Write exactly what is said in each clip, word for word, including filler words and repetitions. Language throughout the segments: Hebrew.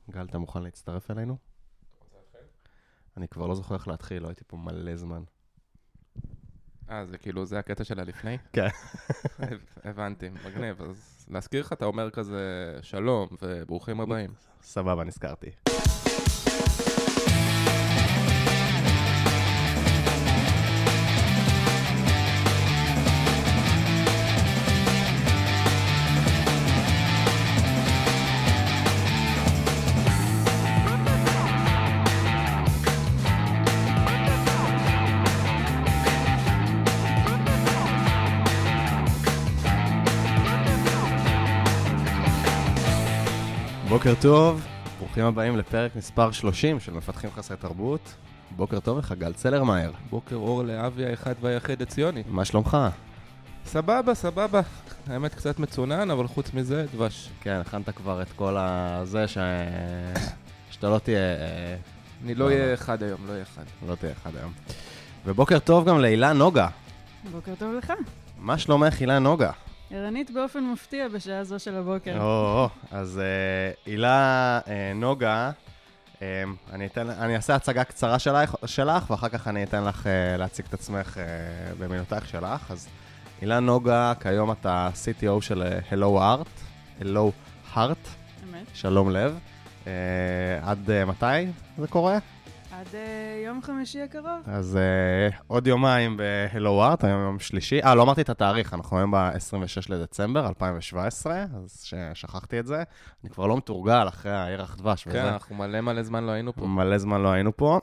גל, אתה מוכן להצטרף אלינו? אני כבר לא זוכר איך להתחיל, לא הייתי פה מלא זמן. אה, זה כאילו, זה הקטע שלה לפני? כן. הבנתי, מגניב. אז להזכיר לך, אתה אומר כזה שלום וברוכים הבאים. סבבה, נזכרתי. בוקר טוב, ברוכים הבאים לפרק מספר שלושים של מפתחים חסרי תרבות. בוקר טוב לך, גל צלרמייר. בוקר אור לאבי האחד והיחיד הציוני. מה שלומך? סבבה, סבבה. האמת קצת מצונן, אבל חוץ מזה, דבש. כן, הכנת כבר את כל הזה ש... שאתה לא תהיה... אני לא אהיה אחד היום, לא אהיה אחד. לא תהיה אחד היום. ובוקר טוב גם להילה נוגה. בוקר טוב לך. מה שלומך, הילה נוגה? ערנית באופן מפתיע בשעה זו של הבוקר. או, אז הילה נוגה, אני אתן, אני אעשה הצגה קצרה שלך, שלך, ואחר כך אני אתן לך להציג את עצמך במילותייך שלך. אז הילה נוגה, כיום אתה סי טי או של Hello Heart, Hello Heart, אמת. שלום לב. עד מתי זה קורה? עד יום חמישי הקרוב. אז עוד יומיים ב-Hello Heart, היום יום שלישי. אה, לא אמרתי את התאריך, אנחנו היום ב-עשרים ושש לדצמבר אלפיים שבע עשרה, אז שכחתי את זה. אני כבר לא מתורגל אחרי הירח דבש וזה. כן, אנחנו מלא מלא זמן לא היינו פה. מלא זמן לא היינו פה.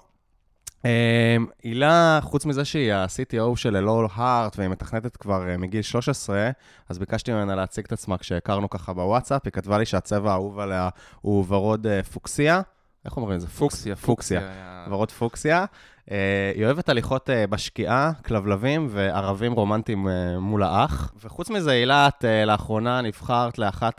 הילה, חוץ מזה שהיא ה-סי טי או של Hello Heart, והיא מתכנתת כבר מגיל שלוש עשרה, אז ביקשתי ממנה להציג את עצמה כשהכרנו ככה בוואטסאפ. היא כתבה לי שהצבע האהוב עליה הוא ורוד פוקסיה. איך אומרים את זה? פוקסיה. פוקסיה. ורוד פוקסיה. היא אוהבת הליכות בשקיעה, כלבלבים וערבים רומנטיים מול האח. וחוץ מזה, הילה, את לאחרונה נבחרת לאחת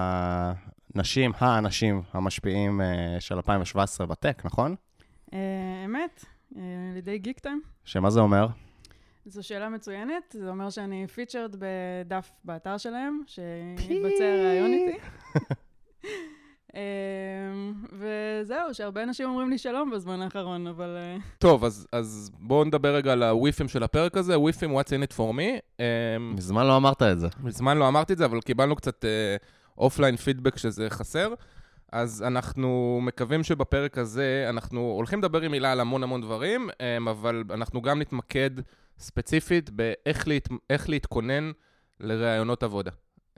הנשים, האנשים המשפיעים של אלפיים שבע עשרה בטק, נכון? אמת, על ידי גיק טיים. שמה זה אומר? זו שאלה מצוינת. זה אומר שאני פיצ'רד בדף באתר שלהם, שיתבצע רעיון איתי. וזהו, שהרבה אנשים אומרים לי שלום בזמן האחרון, אבל... טוב, אז, אז בואו נדבר רגע על הוויפים של הפרק הזה, וויפים What's in it for me. מזמן לא אמרת את זה. מזמן לא אמרתי את זה, אבל קיבלנו קצת אופליין פידבק שזה חסר. אז אנחנו מקווים שבפרק הזה אנחנו הולכים לדבר עם הילה על המון המון דברים, אבל אנחנו גם נתמקד ספציפית באיך להת... איך להתכונן לראיונות עבודה.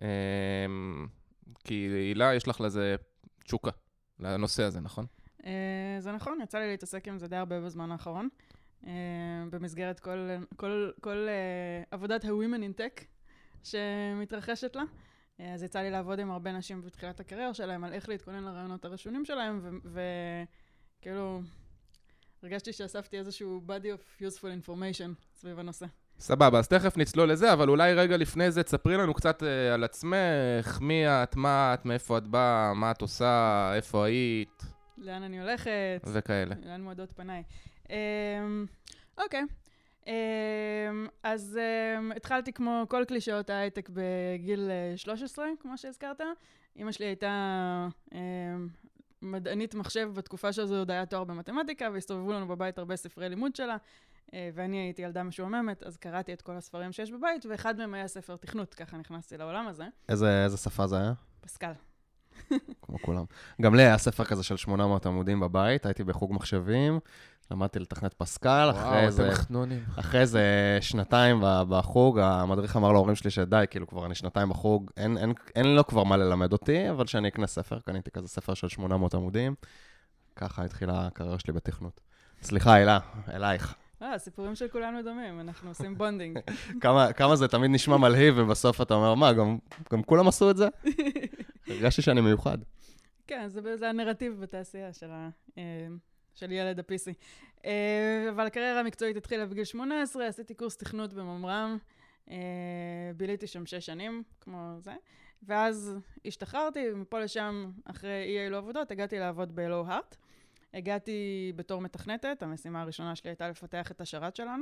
כי הילה, יש לך לזה תשוקה, לנושא הזה, נכון? זה נכון, יצא לי להתעסק עם זה די הרבה בזמן האחרון, במסגרת כל, כל, כל עבודת ה-Women in Tech שמתרחשת לה. אז יצא לי לעבוד עם הרבה נשים בתחילת הקריירה שלהם, על איך להתכונן לרעיונות הראשונים שלהם, וכאילו, הרגשתי שאספתי איזשהו body of useful information סביב הנושא. סבבה, אז תכף נצלול לזה, אבל אולי רגע לפני זה, תספרי לנו קצת uh, על עצמך, מי את, מה את, מאיפה את באה, מה את עושה, איפה היית. לאן אני הולכת. וכאלה. לאן מועדות פניי. Um, אוקיי. Um, אז um, התחלתי כמו כל קלישאות ההייטק בגיל שלוש עשרה, כמו שהזכרת. אמא שלי הייתה um, מדענית מחשב בתקופה שזו עוד היה תואר במתמטיקה, והסתובבו לנו בבית הרבה ספרי לימוד שלה. ואני הייתי ילדה משועממת, אז קראתי את כל הספרים שיש בבית, ואחד מהם היה ספר תכנות, ככה נכנסתי לעולם הזה. איזה, איזה שפה זה היה? פסקל. כמו כולם. גם לי היה ספר כזה של שמונה מאות עמודים בבית, הייתי בחוג מחשבים, למדתי לתכנת פסקל, וואו, אתם חנונים. אחרי איזה שנתיים בחוג, המדריך אמר להורים שלי שדי, כאילו כבר אני שנתיים בחוג, אין, אין, אין לו כבר מה ללמד אותי, אבל שאני אקנה ספר, קניתי כזה ספר של שמונה מאות עמודים, ככה התחילה הקריירה שלי בתכנות. סליחה, הילה, אלייך. אה, הסיפורים של כולנו דומים, אנחנו עושים בונדינג. כמה, כמה זה תמיד נשמע מלהיב, ובסוף אתה אומר, מה, גם, גם כולם עשו את זה? הרגשתי שאני מיוחד. כן, זה, זה הנרטיב בתעשייה של, ה, של ילד ה-פי סי. אבל הקריירה המקצועית התחילה בגיל שמונה עשרה, עשיתי קורס תכנות בממר"ם, ביליתי שם שש שנים, כמו זה, ואז השתחררתי, מפה לשם, אחרי אי אילו עבודות, הגעתי לעבוד ב-Hello Heart. הגעתי בתור מתכנתת, המשימה הראשונה שלי הייתה לפתח את השרת שלנו,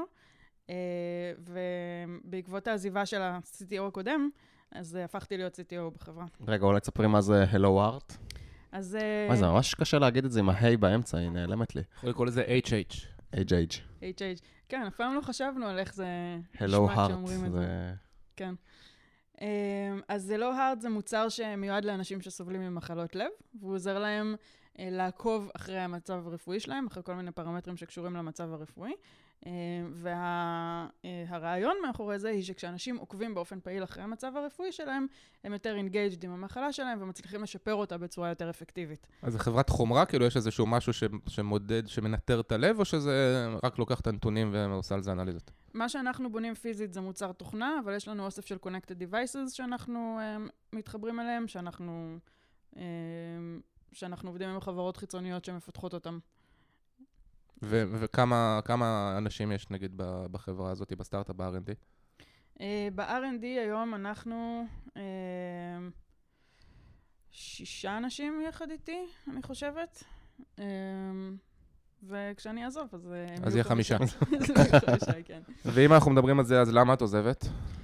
ובעקבות העזיבה של ה-סי טי או הקודם, אז הפכתי להיות סי טי או בחברה. רגע, אולי תספרי מה זה Hello Heart? אז... מה זה, ממש קשה להגיד את זה עם ה-היי באמצע, היא נעלמת לי. יכול לקרוא לזה אייץ' אייץ'. אייץ' אייץ'. אייץ' אייץ'. כן, אף פעם לא חשבנו על איך זה Hello נשמע Heart. שאומרים את זה. זה... כן. אז זה לא הארד, זה מוצר שמיועד לאנשים שסובלים ממחלות לב, והוא עוזר להם לעקוב אחרי המצב הרפואי שלהם, אחרי כל מיני פרמטרים שקשורים למצב הרפואי. והרעיון מאחורי זה היא שכשאנשים עוקבים באופן פעיל אחרי המצב הרפואי שלהם, הם יותר engaged עם המחלה שלהם ומצליחים לשפר אותה בצורה יותר אפקטיבית. אז זה חברת חומרה? כאילו יש איזשהו משהו ש... שמודד, שמנטר את הלב, או שזה רק לוקח את הנתונים ועושה על זה אנליזות? מה שאנחנו בונים פיזית זה מוצר תוכנה, אבל יש לנו אוסף של connected devices שאנחנו um, מתחברים אליהם, שאנחנו, um, שאנחנו עובדים עם חברות חיצוניות שמפתחות אותם. ו- וכמה כמה אנשים יש נגיד בחברה הזאת, בסטארט-אפ, ב-אר אנד די? Uh, ב-אר אנד די היום אנחנו uh, שישה אנשים יחד איתי, אני חושבת. Uh, וכשאני אעזוב, אז... אז יהיה חמישה. חמישה, כן. ואם אנחנו מדברים על זה, אז למה את עוזבת?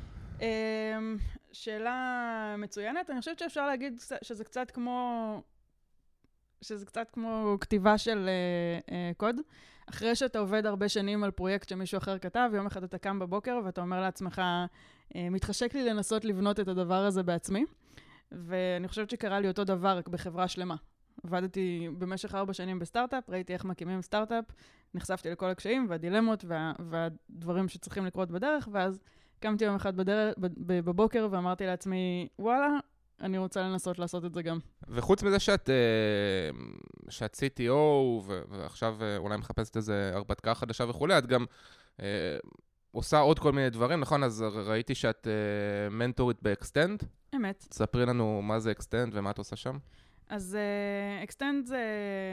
שאלה מצוינת. אני חושבת שאפשר להגיד שזה קצת כמו... שזה קצת כמו כתיבה של קוד. אחרי שאתה עובד הרבה שנים על פרויקט שמישהו אחר כתב, יום אחד אתה קם בבוקר ואתה אומר לעצמך, מתחשק לי לנסות לבנות את הדבר הזה בעצמי. ואני חושבת שקרה לי אותו דבר רק בחברה שלמה. עבדתי במשך ארבע שנים בסטארט-אפ, ראיתי איך מקימים סטארט-אפ, נחשפתי לכל הקשיים והדילמות וה, והדברים שצריכים לקרות בדרך, ואז קמתי יום אחד בדרך, בבוקר ואמרתי לעצמי, וואלה, אני רוצה לנסות לעשות את זה גם. וחוץ מזה שאת, שאת סי טי או, ועכשיו אולי מחפשת איזה הרפתקה חדשה וכולי, את גם עושה עוד כל מיני דברים, נכון? אז ראיתי שאת מנטורית באקסטנד. אמת. תספרי לנו מה זה אקסטנד ומה את עושה שם. אז אקסטנד uh, זה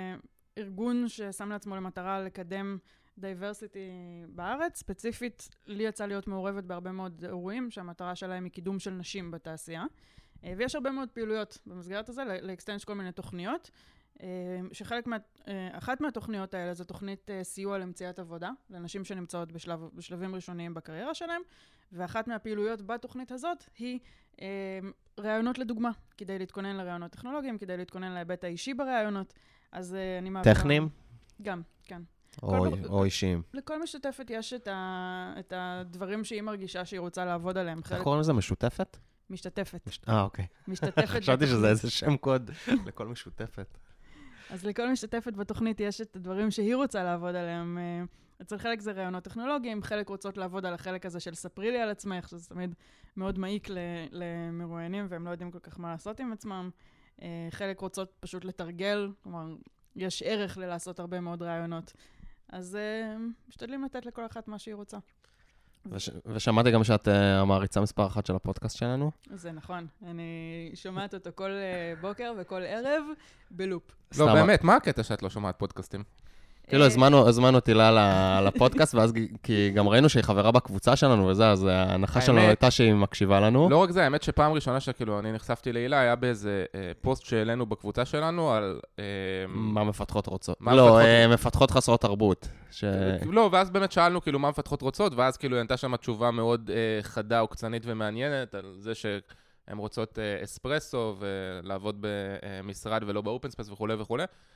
ארגון ששם לעצמו למטרה לקדם דייברסיטי בארץ. ספציפית, לי יצא להיות מעורבת בהרבה מאוד אירועים, שהמטרה שלהם היא קידום של נשים בתעשייה. Uh, ויש הרבה מאוד פעילויות במסגרת הזה, לאקסטנד יש כל מיני תוכניות, uh, שחלק מה... Uh, אחת מהתוכניות האלה זו תוכנית uh, סיוע למציאת עבודה, לנשים שנמצאות בשלב, בשלבים ראשוניים בקריירה שלהם, ואחת מהפעילויות בתוכנית הזאת היא uh, רעיונות לדוגמה, כדי להתכונן לרעיונות טכנולוגיים, כדי להתכונן להיבט האישי ברעיונות, אז uh, אני מעבירה... טכניים? גם, כן. או, או אישיים. לכל משתתפת יש את, ה, את הדברים שהיא מרגישה שהיא רוצה לעבוד עליהם. איך קוראים לזה? משותפת? משתתפת. אה, אוקיי. משתתפת. חשבתי שזה איזה שם קוד לכל משותפת. אז לכל משתתפת בתוכנית יש את הדברים שהיא רוצה לעבוד עליהם. אצל חלק זה רעיונות טכנולוגיים, חלק רוצות לעבוד על החלק הזה של ספרי לי על עצמך, שזה תמיד מאוד מעיק למרואיינים, והם לא יודעים כל כך מה לעשות עם עצמם. חלק רוצות פשוט לתרגל, כלומר, יש ערך ללעשות הרבה מאוד רעיונות. אז משתדלים לתת לכל אחת מה שהיא רוצה. וש, ושמעתי גם שאת uh, המעריצה מספר אחת של הפודקאסט שלנו. זה נכון. אני שומעת אותו כל uh, בוקר וכל ערב בלופ. לא, באמת, מה הקטע שאת לא שומעת פודקאסטים? כאילו, הזמנו אותי לה לפודקאסט, ואז כי גם ראינו שהיא חברה בקבוצה שלנו וזה, אז ההנחה שלנו הייתה שהיא מקשיבה לנו. לא רק זה, האמת שפעם ראשונה שכאילו אני נחשפתי להילה, היה באיזה פוסט שהעלינו בקבוצה שלנו על... מה מפתחות רוצות. לא, מפתחות חסרות תרבות. לא, ואז באמת שאלנו כאילו מה מפתחות רוצות, ואז כאילו הייתה שם תשובה מאוד חדה, עוקצנית ומעניינת, על זה שהן רוצות אספרסו ולעבוד במשרד ולא באופן ספייס וכו' וכו'.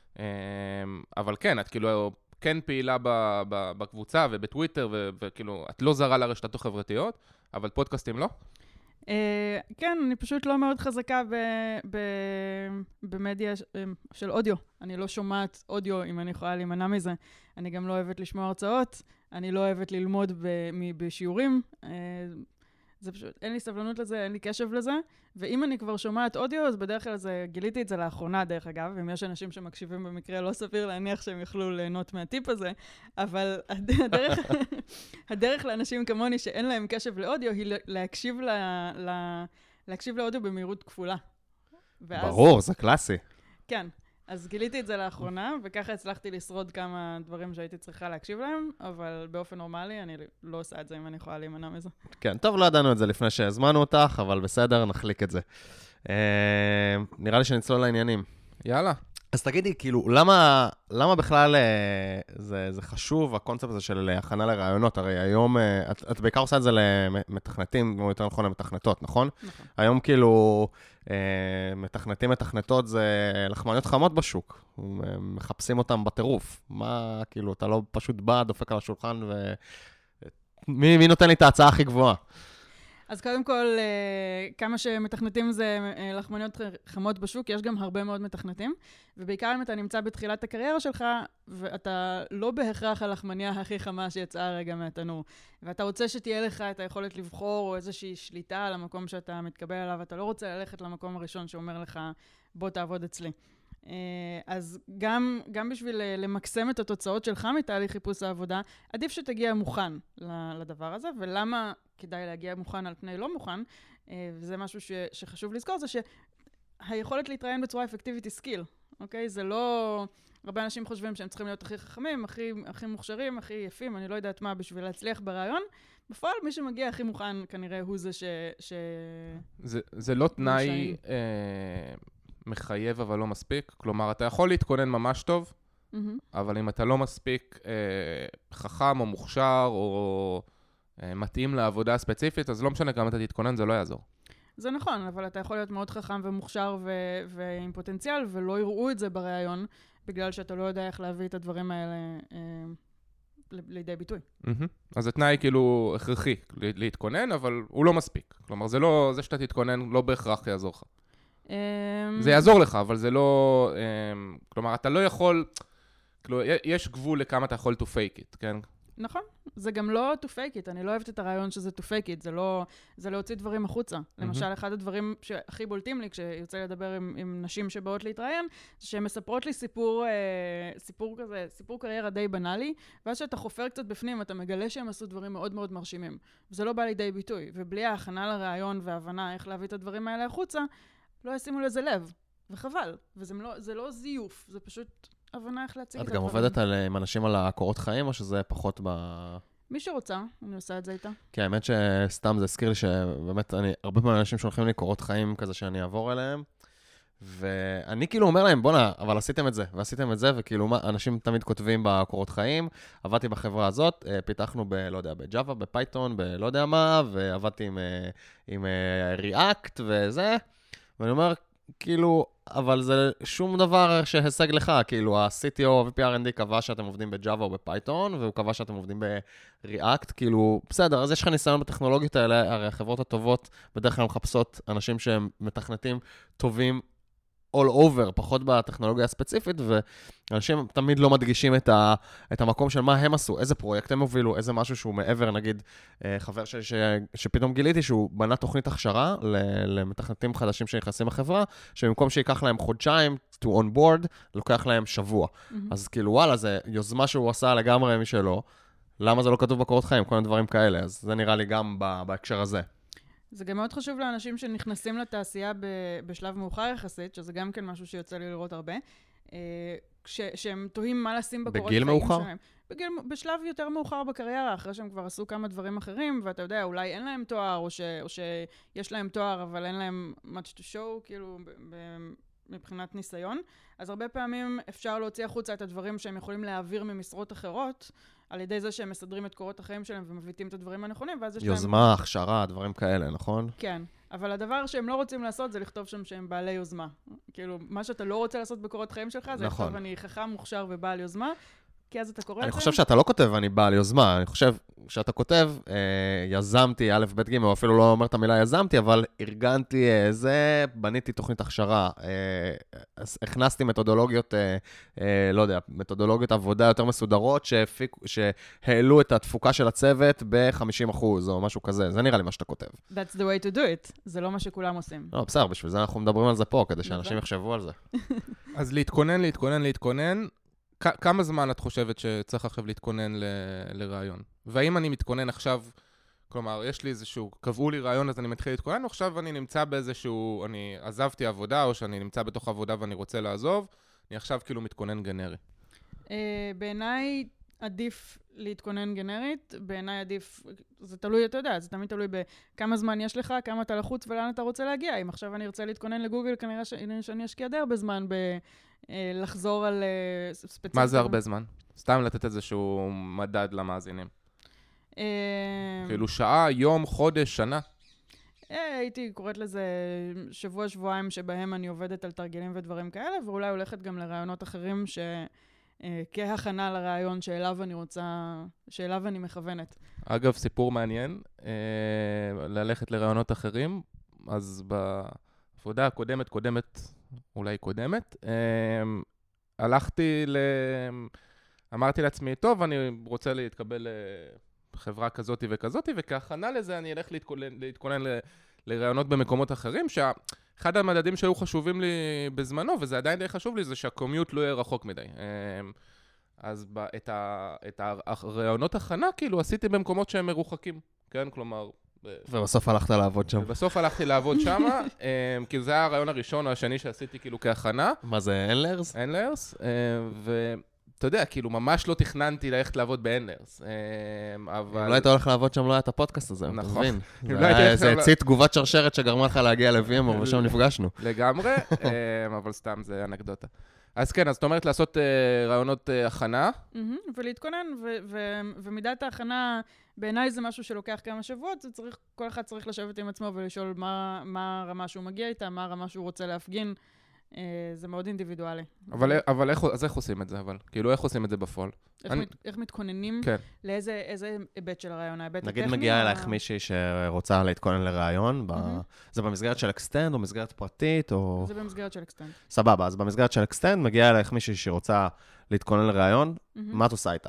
אבל כן, את כאילו כן פעילה בקבוצה ובטוויטר, וכאילו, את לא זרה לרשתות החברתיות, אבל פודקאסטים לא? כן, אני פשוט לא מאוד חזקה במדיה של אודיו. אני לא שומעת אודיו, אם אני יכולה להימנע מזה. אני גם לא אוהבת לשמוע הרצאות, אני לא אוהבת ללמוד בשיעורים. זה פשוט, אין לי סבלנות לזה, אין לי קשב לזה, ואם אני כבר שומעת אודיו, אז בדרך כלל זה, גיליתי את זה לאחרונה, דרך אגב, אם יש אנשים שמקשיבים במקרה, לא סביר להניח שהם יוכלו ליהנות מהטיפ הזה, אבל הדרך, הדרך לאנשים כמוני שאין להם קשב לאודיו, היא להקשיב, ל, ל, להקשיב לאודיו במהירות כפולה. ואז, ברור, זה קלאסי. כן. אז גיליתי את זה לאחרונה, וככה הצלחתי לשרוד כמה דברים שהייתי צריכה להקשיב להם, אבל באופן נורמלי אני לא עושה את זה אם אני יכולה להימנע מזה. כן, טוב, לא ידענו את זה לפני שהזמנו אותך, אבל בסדר, נחליק את זה. נראה לי שנצלול לעניינים. יאללה. אז תגידי, כאילו, למה, למה בכלל אה, זה, זה חשוב, הקונספט הזה של הכנה לרעיונות? הרי היום, אה, את, את בעיקר עושה את זה למתכנתים, או יותר נכון למתכנתות, נכון? נכון. היום כאילו, אה, מתכנתים מתכנתות זה לחמניות חמות בשוק. מחפשים אותם בטירוף. מה, כאילו, אתה לא פשוט בא, דופק על השולחן, ו... מי, מי נותן לי את ההצעה הכי גבוהה? אז קודם כל, כמה שמתכנתים זה לחמניות חמות בשוק, יש גם הרבה מאוד מתכנתים, ובעיקר אם אתה נמצא בתחילת הקריירה שלך, ואתה לא בהכרח הלחמניה הכי חמה שיצאה רגע מהתנור, ואתה רוצה שתהיה לך את היכולת לבחור, או איזושהי שליטה על המקום שאתה מתקבל עליו, אתה לא רוצה ללכת למקום הראשון שאומר לך, בוא תעבוד אצלי. אז גם, גם בשביל למקסם את התוצאות שלך מתהליך חיפוש העבודה, עדיף שתגיע מוכן לדבר הזה, ולמה כדאי להגיע מוכן על פני לא מוכן, וזה משהו ש, שחשוב לזכור, זה שהיכולת להתראיין בצורה אפקטיבית היא סקיל, אוקיי? זה לא... הרבה אנשים חושבים שהם צריכים להיות הכי חכמים, הכי, הכי מוכשרים, הכי יפים, אני לא יודעת מה, בשביל להצליח ברעיון. בפועל, מי שמגיע הכי מוכן, כנראה הוא זה ש... ש... זה, זה לא תנאי... אה... מחייב אבל לא מספיק, כלומר אתה יכול להתכונן ממש טוב, mm-hmm. אבל אם אתה לא מספיק אה, חכם או מוכשר או אה, מתאים לעבודה ספציפית, אז לא משנה כמה אתה תתכונן, זה לא יעזור. זה נכון, אבל אתה יכול להיות מאוד חכם ומוכשר ו- ועם פוטנציאל, ולא יראו את זה בראיון, בגלל שאתה לא יודע איך להביא את הדברים האלה אה, לידי ביטוי. Mm-hmm. אז התנאי כאילו הכרחי להתכונן, אבל הוא לא מספיק. כלומר, זה, לא, זה שאתה תתכונן לא בהכרח יעזור לך. זה יעזור לך, אבל זה לא... כלומר, אתה לא יכול... יש גבול לכמה אתה יכול to fake it, כן? נכון. זה גם לא to fake it. אני לא אוהבת את הרעיון שזה to fake it. זה לא... זה להוציא דברים החוצה. למשל, אחד הדברים שהכי בולטים לי, כשיוצא לדבר עם, עם נשים שבאות להתראיין, זה שהן מספרות לי סיפור, סיפור כזה, סיפור קריירה די בנאלי, ואז שאתה חופר קצת בפנים, אתה מגלה שהם עשו דברים מאוד מאוד מרשימים. וזה לא בא לידי ביטוי. ובלי ההכנה לרעיון וההבנה איך להביא את הדברים האלה החוצה, לא ישימו לזה לב, וחבל. וזה לא, זה לא זיוף, זה פשוט הבנה איך להציג את את הדברים. גם עובדת על, עם אנשים על הקורות חיים, או שזה פחות ב... מי שרוצה, אני עושה את זה איתה. כן, האמת שסתם זה הזכיר לי שבאמת, אני, הרבה פעמים אנשים שולחים לי קורות חיים כזה שאני אעבור אליהם, ואני כאילו אומר להם, בונה, אבל עשיתם את זה, ועשיתם את זה, וכאילו אנשים תמיד כותבים בקורות חיים, עבדתי בחברה הזאת, פיתחנו ב, לא יודע, בג'אווה, בפייתון, ב-לא יודע מה, ועבדתי עם, עם React וזה, ואני אומר, כאילו, אבל זה שום דבר שהשג לך, כאילו, ה-סי טי או, ה-וי פי אר אנד די קבע שאתם עובדים בג'אווה או בפייתון, והוא קבע שאתם עובדים ב-React, כאילו, בסדר, אז יש לך ניסיון בטכנולוגיות האלה, הרי החברות הטובות בדרך כלל מחפשות אנשים שהם מתכנתים טובים, all over, פחות בטכנולוגיה הספציפית, ואנשים תמיד לא מדגישים את, ה, את המקום של מה הם עשו, איזה פרויקט הם הובילו, איזה משהו שהוא מעבר, נגיד, חבר שלי ש, שפתאום גיליתי שהוא בנה תוכנית הכשרה למתכנתים חדשים שנכנסים לחברה, שבמקום שיקח להם חודשיים to on board, לוקח להם שבוע. Mm-hmm. אז כאילו, וואלה, זה יוזמה שהוא עשה לגמרי משלו, למה זה לא כתוב בקורות חיים, כל הדברים כאלה, אז זה נראה לי גם בהקשר הזה. זה גם מאוד חשוב לאנשים שנכנסים לתעשייה בשלב מאוחר יחסית, שזה גם כן משהו שיוצא לי לראות הרבה, שהם תוהים מה לשים בקורות חיים שלהם. בגיל מאוחר? בגיל, בשלב יותר מאוחר בקריירה, אחרי שהם כבר עשו כמה דברים אחרים, ואתה יודע, אולי אין להם תואר, או, ש, או שיש להם תואר, אבל אין להם much to show, כאילו, ב, ב, מבחינת ניסיון. אז הרבה פעמים אפשר להוציא החוצה את הדברים שהם יכולים להעביר ממשרות אחרות, על ידי זה שהם מסדרים את קורות החיים שלהם ומביטים את הדברים הנכונים, ואז יש להם... יוזמה, הכשרה, דברים כאלה, נכון? כן, אבל הדבר שהם לא רוצים לעשות זה לכתוב שם שהם בעלי יוזמה. כאילו, מה שאתה לא רוצה לעשות בקורות חיים שלך, זה נכון. לכתוב אני חכם, מוכשר ובעל יוזמה, כי אז אתה קורא את זה. אני חושב שאתה לא כותב אני בעל יוזמה, אני חושב שאתה כותב, אה, יזמתי א' ב' ג', או אפילו לא אומר את המילה יזמתי, אבל ארגנתי אה, זה, בניתי תוכנית הכשרה, אה, הכנסתי מתודולוגיות, אה, אה, לא יודע, מתודולוגיות עבודה יותר מסודרות, שהפיק, שהעלו את התפוקה של הצוות ב-חמישים אחוז, או משהו כזה, זה נראה לי מה שאתה כותב. That's the way to do it, זה לא מה שכולם עושים. לא, בסדר, בשביל זה אנחנו מדברים על זה פה, כדי שאנשים יחשבו על זה. אז להתכונן, להתכונן, להתכונן, כמה זמן את חושבת שצריך עכשיו להתכונן ל- לרעיון? והאם אני מתכונן עכשיו, כלומר, יש לי איזשהו, קבעו לי רעיון, אז אני מתחיל להתכונן, או עכשיו אני נמצא באיזשהו, אני עזבתי עבודה, או שאני נמצא בתוך עבודה ואני רוצה לעזוב, אני עכשיו כאילו מתכונן גנרי. בעיניי עדיף להתכונן גנרית, בעיניי עדיף, זה תלוי, אתה יודע, זה תמיד תלוי בכמה זמן יש לך, כמה אתה לחוץ ולאן אתה רוצה להגיע. אם עכשיו אני ארצה להתכונן לגוגל, כנראה שאני אשקיע די הרבה זמן ב... לחזור על ספציפית. מה זה הרבה זמן? סתם לתת איזשהו מדד למאזינים. כאילו שעה, יום, חודש, שנה? הייתי קוראת לזה שבוע, שבועיים שבהם אני עובדת על תרגילים ודברים כאלה, ואולי הולכת גם לרעיונות אחרים ש... כהכנה לרעיון שאליו אני רוצה, שאליו אני מכוונת. אגב, סיפור מעניין, ללכת לרעיונות אחרים, אז בעבודה הקודמת, קודמת, אולי קודמת, הלכתי ל... אמרתי לעצמי, טוב, אני רוצה להתקבל לחברה כזאת וכזאת, וכהכנה לזה אני אלך להתכונן, להתכונן ל... לרעיונות במקומות אחרים, שאחד המדדים שהיו חשובים לי בזמנו, וזה עדיין די חשוב לי, זה שהקומיוט לא יהיה רחוק מדי. אז את, ה... את הרעיונות הכנה, כאילו, עשיתי במקומות שהם מרוחקים, כן? כלומר... ובסוף הלכת לעבוד שם. ובסוף הלכתי לעבוד שם, כאילו זה היה הרעיון הראשון או השני שעשיתי כאילו כהכנה. מה זה, אנלרס? אנלרס, ואתה יודע, כאילו ממש לא תכננתי ללכת לעבוד באנלרס, אבל... אם לא היית הולך לעבוד שם, לא היה את הפודקאסט הזה, אתה מבין? זה הצית תגובת שרשרת שגרמה לך להגיע ל-וי אם אר ושם נפגשנו. לגמרי, אבל סתם זה אנקדוטה. אז כן, אז את אומרת לעשות רעיונות הכנה. ולהתכונן, ומידת ההכנה, בעיניי זה משהו שלוקח כמה שבועות, כל אחד צריך לשבת עם עצמו ולשאול מה הרמה שהוא מגיע איתה, מה הרמה שהוא רוצה להפגין. זה מאוד אינדיבידואלי. אבל אז איך עושים את זה, אבל? כאילו, איך עושים את זה בפועל? איך מתכוננים? לאיזה היבט של הרעיון? נגיד מגיעה אלייך מישהי שרוצה להתכונן לרעיון, זה במסגרת של אקסטנד או מסגרת פרטית או... זה במסגרת של אקסטנד. סבבה, אז במסגרת של אקסטנד מגיעה אלייך מישהי שרוצה להתכונן לרעיון, מה את עושה איתה?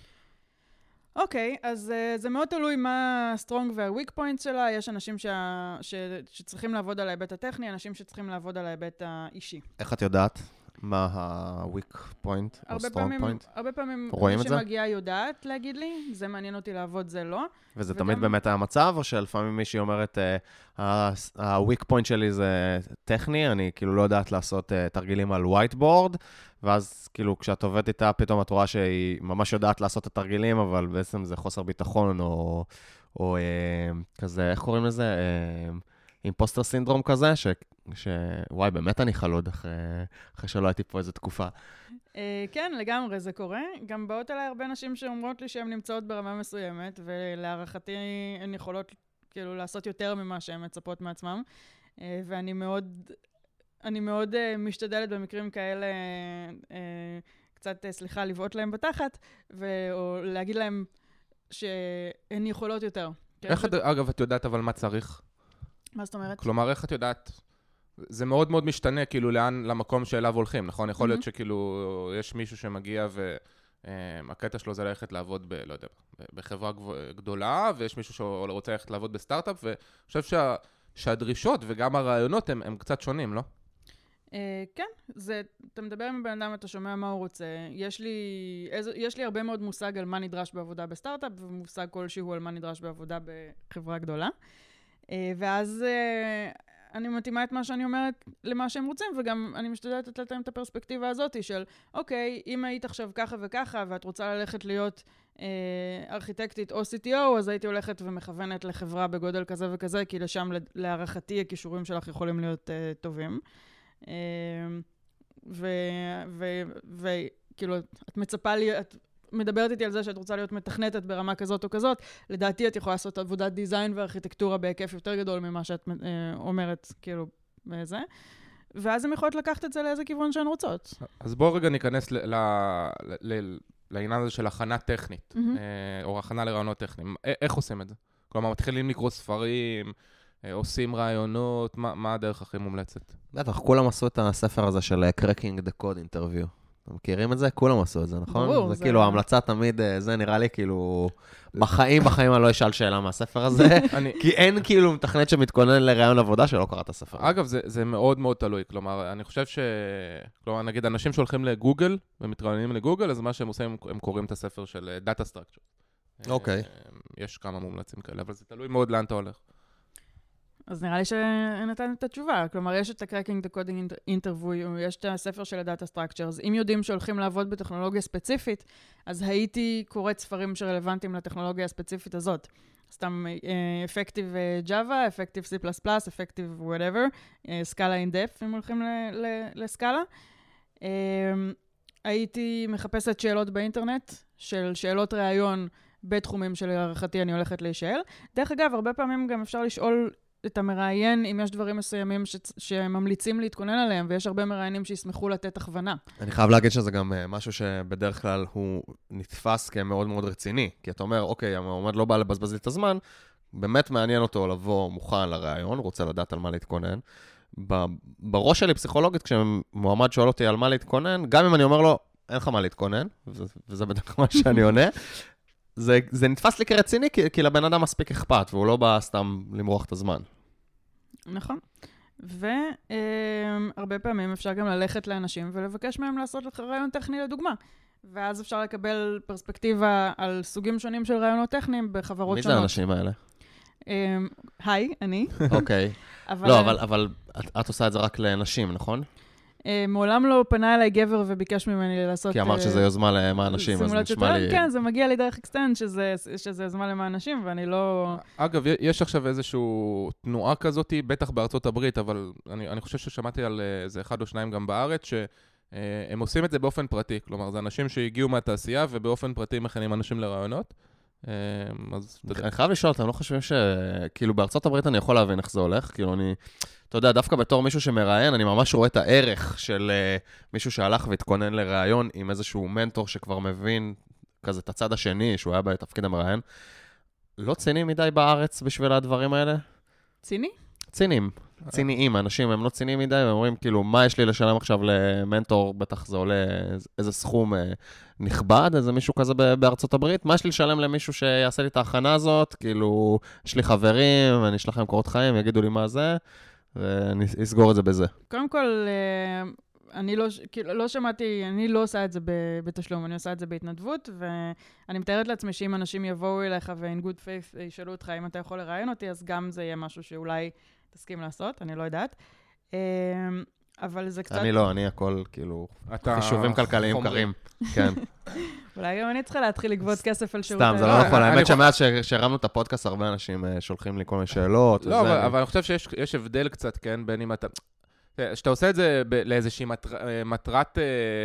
אוקיי, אז זה מאוד תלוי מה הסטרונג והוויק פוינט שלה. יש אנשים שצריכים לעבוד על ההיבט הטכני, אנשים שצריכים לעבוד על ההיבט האישי. איך את יודעת מה ה-weak point או strong point? הרבה פעמים מי שמגיעה יודעת להגיד לי, זה מעניין אותי לעבוד, זה לא. וזה תמיד באמת המצב, או שלפעמים מישהי אומרת, ה-weak point שלי זה טכני, אני כאילו לא יודעת לעשות תרגילים על whiteboard, ואז כאילו כשאת עובדת איתה, פתאום את רואה שהיא ממש יודעת לעשות את התרגילים, אבל בעצם זה חוסר ביטחון, או, או אה, כזה, איך קוראים לזה? אה, אימפוסטר סינדרום כזה, ש, ש... וואי, באמת אני חלוד אחרי, אחרי שלא הייתי פה איזו תקופה. אה, כן, לגמרי, זה קורה. גם באות אליי הרבה נשים שאומרות לי שהן נמצאות ברמה מסוימת, ולהערכתי הן יכולות כאילו לעשות יותר ממה שהן מצפות מעצמם, אה, ואני מאוד... אני מאוד uh, משתדלת במקרים כאלה, uh, קצת, uh, סליחה, לבעוט להם בתחת, ו- או להגיד להם שהן יכולות יותר. איך, את, אגב, את יודעת אבל מה צריך? מה זאת אומרת? כלומר, איך את יודעת? זה מאוד מאוד משתנה, כאילו, לאן, למקום שאליו הולכים, נכון? יכול להיות שכאילו, יש מישהו שמגיע והקטע שלו זה ללכת לעבוד ב, לא יודע, בחברה גדולה, ויש מישהו שרוצה ללכת לעבוד בסטארט-אפ, ואני חושב שה, שהדרישות וגם הרעיונות הם, הם קצת שונים, לא? Uh, כן, זה, אתה מדבר עם בן אדם, אתה שומע מה הוא רוצה. יש לי, איז, יש לי הרבה מאוד מושג על מה נדרש בעבודה בסטארט-אפ, ומושג כלשהו על מה נדרש בעבודה בחברה גדולה. Uh, ואז uh, אני מתאימה את מה שאני אומרת למה שהם רוצים, וגם אני משתדלת לתת להם את הפרספקטיבה הזאת של, אוקיי, אם היית עכשיו ככה וככה, ואת רוצה ללכת להיות uh, ארכיטקטית או סי טי או, אז הייתי הולכת ומכוונת לחברה בגודל כזה וכזה, כי לשם להערכתי הכישורים שלך יכולים להיות uh, טובים. וכאילו, את מצפה לי, את מדברת איתי על זה שאת רוצה להיות מתכנתת ברמה כזאת או כזאת, לדעתי את יכולה לעשות עבודת דיזיין וארכיטקטורה בהיקף יותר גדול ממה שאת אומרת, כאילו, בזה. ואז הם יכולות לקחת את זה לאיזה כיוון שהן רוצות. אז בואו רגע ניכנס לעניין הזה של הכנה טכנית, או הכנה לרעיונות טכניים. איך עושים את זה? כלומר, מתחילים לקרוא ספרים, עושים רעיונות, מה, מה הדרך הכי מומלצת? בטח, כולם עשו את הספר הזה של Cracking the Code Interview. אתם מכירים את זה? כולם עשו את זה, נכון? ברור. זה, זה כאילו, ההמלצה תמיד, זה נראה לי כאילו, בחיים, בחיים אני לא אשאל שאלה מהספר הזה, אני... כי אין כאילו מתכנת שמתכונן לרעיון עבודה שלא קרא את הספר. אגב, זה, זה מאוד מאוד תלוי, כלומר, אני חושב ש... כלומר, נגיד, אנשים שהולכים לגוגל, ומתראיינים לגוגל, אז מה שהם עושים, הם קוראים את הספר של Data Structure. אוקיי. יש כמה מומלצים כאלה, אבל זה תלוי מאוד לאן אתה הולך. אז נראה לי שנתן את התשובה. כלומר, יש את ה-Cracking the Coding Interview, יש את הספר של ה-Data Structures. אם יודעים שהולכים לעבוד בטכנולוגיה ספציפית, אז הייתי קוראת ספרים שרלוונטיים לטכנולוגיה הספציפית הזאת. סתם Effective Java, Effective C++, Effective whatever, Scala in depth, אם הולכים לסקאלה. הייתי מחפשת שאלות באינטרנט, של שאלות ראיון בתחומים שלהערכתי אני הולכת להישאל. דרך אגב, הרבה פעמים גם אפשר לשאול את המראיין אם יש דברים מסוימים ש... שממליצים להתכונן עליהם, ויש הרבה מראיינים שישמחו לתת הכוונה. אני חייב להגיד שזה גם משהו שבדרך כלל הוא נתפס כמאוד מאוד רציני, כי אתה אומר, אוקיי, המועמד לא בא לבזבז לי את הזמן, באמת מעניין אותו לבוא מוכן לראיון, רוצה לדעת על מה להתכונן. בראש שלי פסיכולוגית, כשמועמד שואל אותי על מה להתכונן, גם אם אני אומר לו, אין לך מה להתכונן, וזה בדרך כלל מה שאני עונה, זה, זה נתפס לי כרציני, כי, כי לבן אדם מספיק אכפת, והוא לא בא סתם למרוח את הזמן. נכון. והרבה פעמים אפשר גם ללכת לאנשים ולבקש מהם לעשות לך רעיון טכני לדוגמה. ואז אפשר לקבל פרספקטיבה על סוגים שונים של רעיונות טכניים בחברות מי שונות. מי זה האנשים האלה? היי, אני. אוקיי. לא, אבל, אבל את, את עושה את זה רק לנשים, נכון? מעולם לא פנה אליי גבר וביקש ממני לעשות... כי אמרת שזה יוזמה למען נשים, אז נשמע לי... כן, זה מגיע לי דרך אקסטנד, שזה יוזמה למען נשים, ואני לא... אגב, יש עכשיו איזושהי תנועה כזאת, בטח בארצות הברית, אבל אני, אני חושב ששמעתי על איזה אחד או שניים גם בארץ, שהם עושים את זה באופן פרטי. כלומר, זה אנשים שהגיעו מהתעשייה, ובאופן פרטי מכנים אנשים לרעיונות. אז... אני חייב לשאול, אתם לא חושבים ש... כאילו, בארצות הברית אני יכול להבין איך זה הולך, כאילו, אני... אתה יודע, דווקא בתור מישהו שמראיין, אני ממש רואה את הערך של uh, מישהו שהלך והתכונן לראיון עם איזשהו מנטור שכבר מבין כזה את הצד השני, שהוא היה בתפקיד המראיין. לא צינים מדי בארץ בשביל הדברים האלה? ציני? צינים. ציניים. האנשים הם לא ציניים מדי, והם אומרים, כאילו, מה יש לי לשלם עכשיו למנטור? בטח זה עולה איזה סכום uh, נכבד, איזה מישהו כזה בארצות הברית. מה יש לי לשלם למישהו שיעשה לי את ההכנה הזאת? כאילו, יש לי חברים, אני אשלח להם קורות חיים, יגידו לי מה זה. ואני אסגור את זה בזה. קודם כל, אני לא, כאילו, לא שמעתי, אני לא עושה את זה בתשלום, אני עושה את זה בהתנדבות, ואני מתארת לעצמי שאם אנשים יבואו אליך ו-in good faith ישאלו אותך אם אתה יכול לראיין אותי, אז גם זה יהיה משהו שאולי תסכים לעשות, אני לא יודעת. אבל זה קצת... אני לא, אני הכל, כאילו, חישובים כלכליים קרים. כן. אולי גם אני צריכה להתחיל לגבות כסף על שירות. סתם, זה לא נכון. האמת שמאז שהרמנו את הפודקאסט, הרבה אנשים שולחים לי כל מיני שאלות. לא, אבל אני חושב שיש הבדל קצת, כן, בין אם אתה... שאתה עושה את זה לאיזושהי מטרת,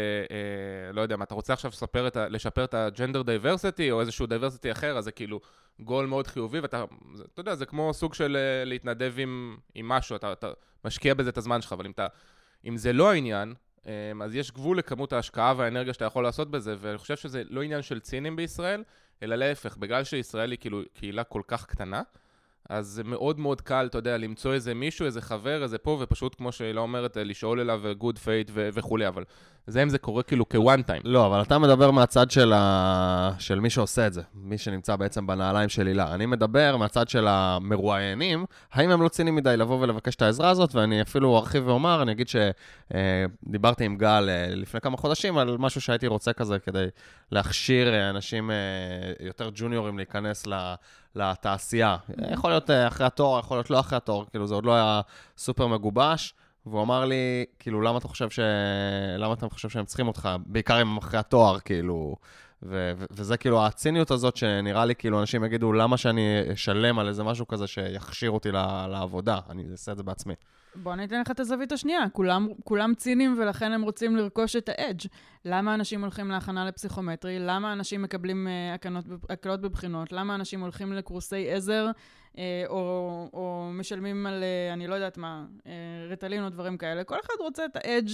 לא יודע, מה, אתה רוצה עכשיו לשפר את ה-gender diversity, או איזשהו diversity אחר, אז זה כאילו גול מאוד חיובי, ואתה, אתה יודע, זה כמו סוג של להתנדב עם משהו, אתה משקיע בזה את הזמן שלך, אבל אם זה לא העניין, אז יש גבול לכמות ההשקעה והאנרגיה שאתה יכול לעשות בזה, ואני חושב שזה לא עניין של צינים בישראל, אלא להפך, בגלל שישראל היא כאילו קהילה כל כך קטנה, אז זה מאוד מאוד קל, אתה יודע, למצוא איזה מישהו, איזה חבר, איזה פה, ופשוט כמו שהיא לא אומרת, לשאול אליו good fate וכו', אבל זה אם זה קורה כאילו כ-one time. לא, אבל אתה מדבר מהצד של, ה... של מי שעושה את זה, מי שנמצא בעצם בנעליים של הילה. אני מדבר מהצד של המרואיינים, האם הם לא צינים מדי לבוא ולבקש את העזרה הזאת, ואני אפילו ארחיב ואומר, אני אגיד שדיברתי עם גל לפני כמה חודשים על משהו שהייתי רוצה כזה, כדי להכשיר אנשים יותר ג'וניורים להיכנס ל... לתעשייה. יכול להיות אחרי התואר, יכול להיות לא אחרי התואר, כאילו זה עוד לא היה סופר מגובש, והוא אמר לי, כאילו, למה אתה חושב ש... למה אתה חושב שהם צריכים אותך? בעיקר אם אחרי התואר, כאילו, ו- ו- וזה כאילו הציניות הזאת שנראה לי, כאילו, אנשים יגידו, למה שאני אשלם על איזה משהו כזה שיכשיר אותי לעבודה? אני אעשה את זה בעצמי. בוא ניתן לך את הזווית השנייה. כולם, כולם צינים ולכן הם רוצים לרכוש את האדג'. למה אנשים הולכים להכנה לפסיכומטרי? למה אנשים מקבלים הקלות בבחינות? למה אנשים הולכים לקורסי עזר או, או משלמים על, אני לא יודעת מה, רטלין או דברים כאלה? כל אחד רוצה את האדג'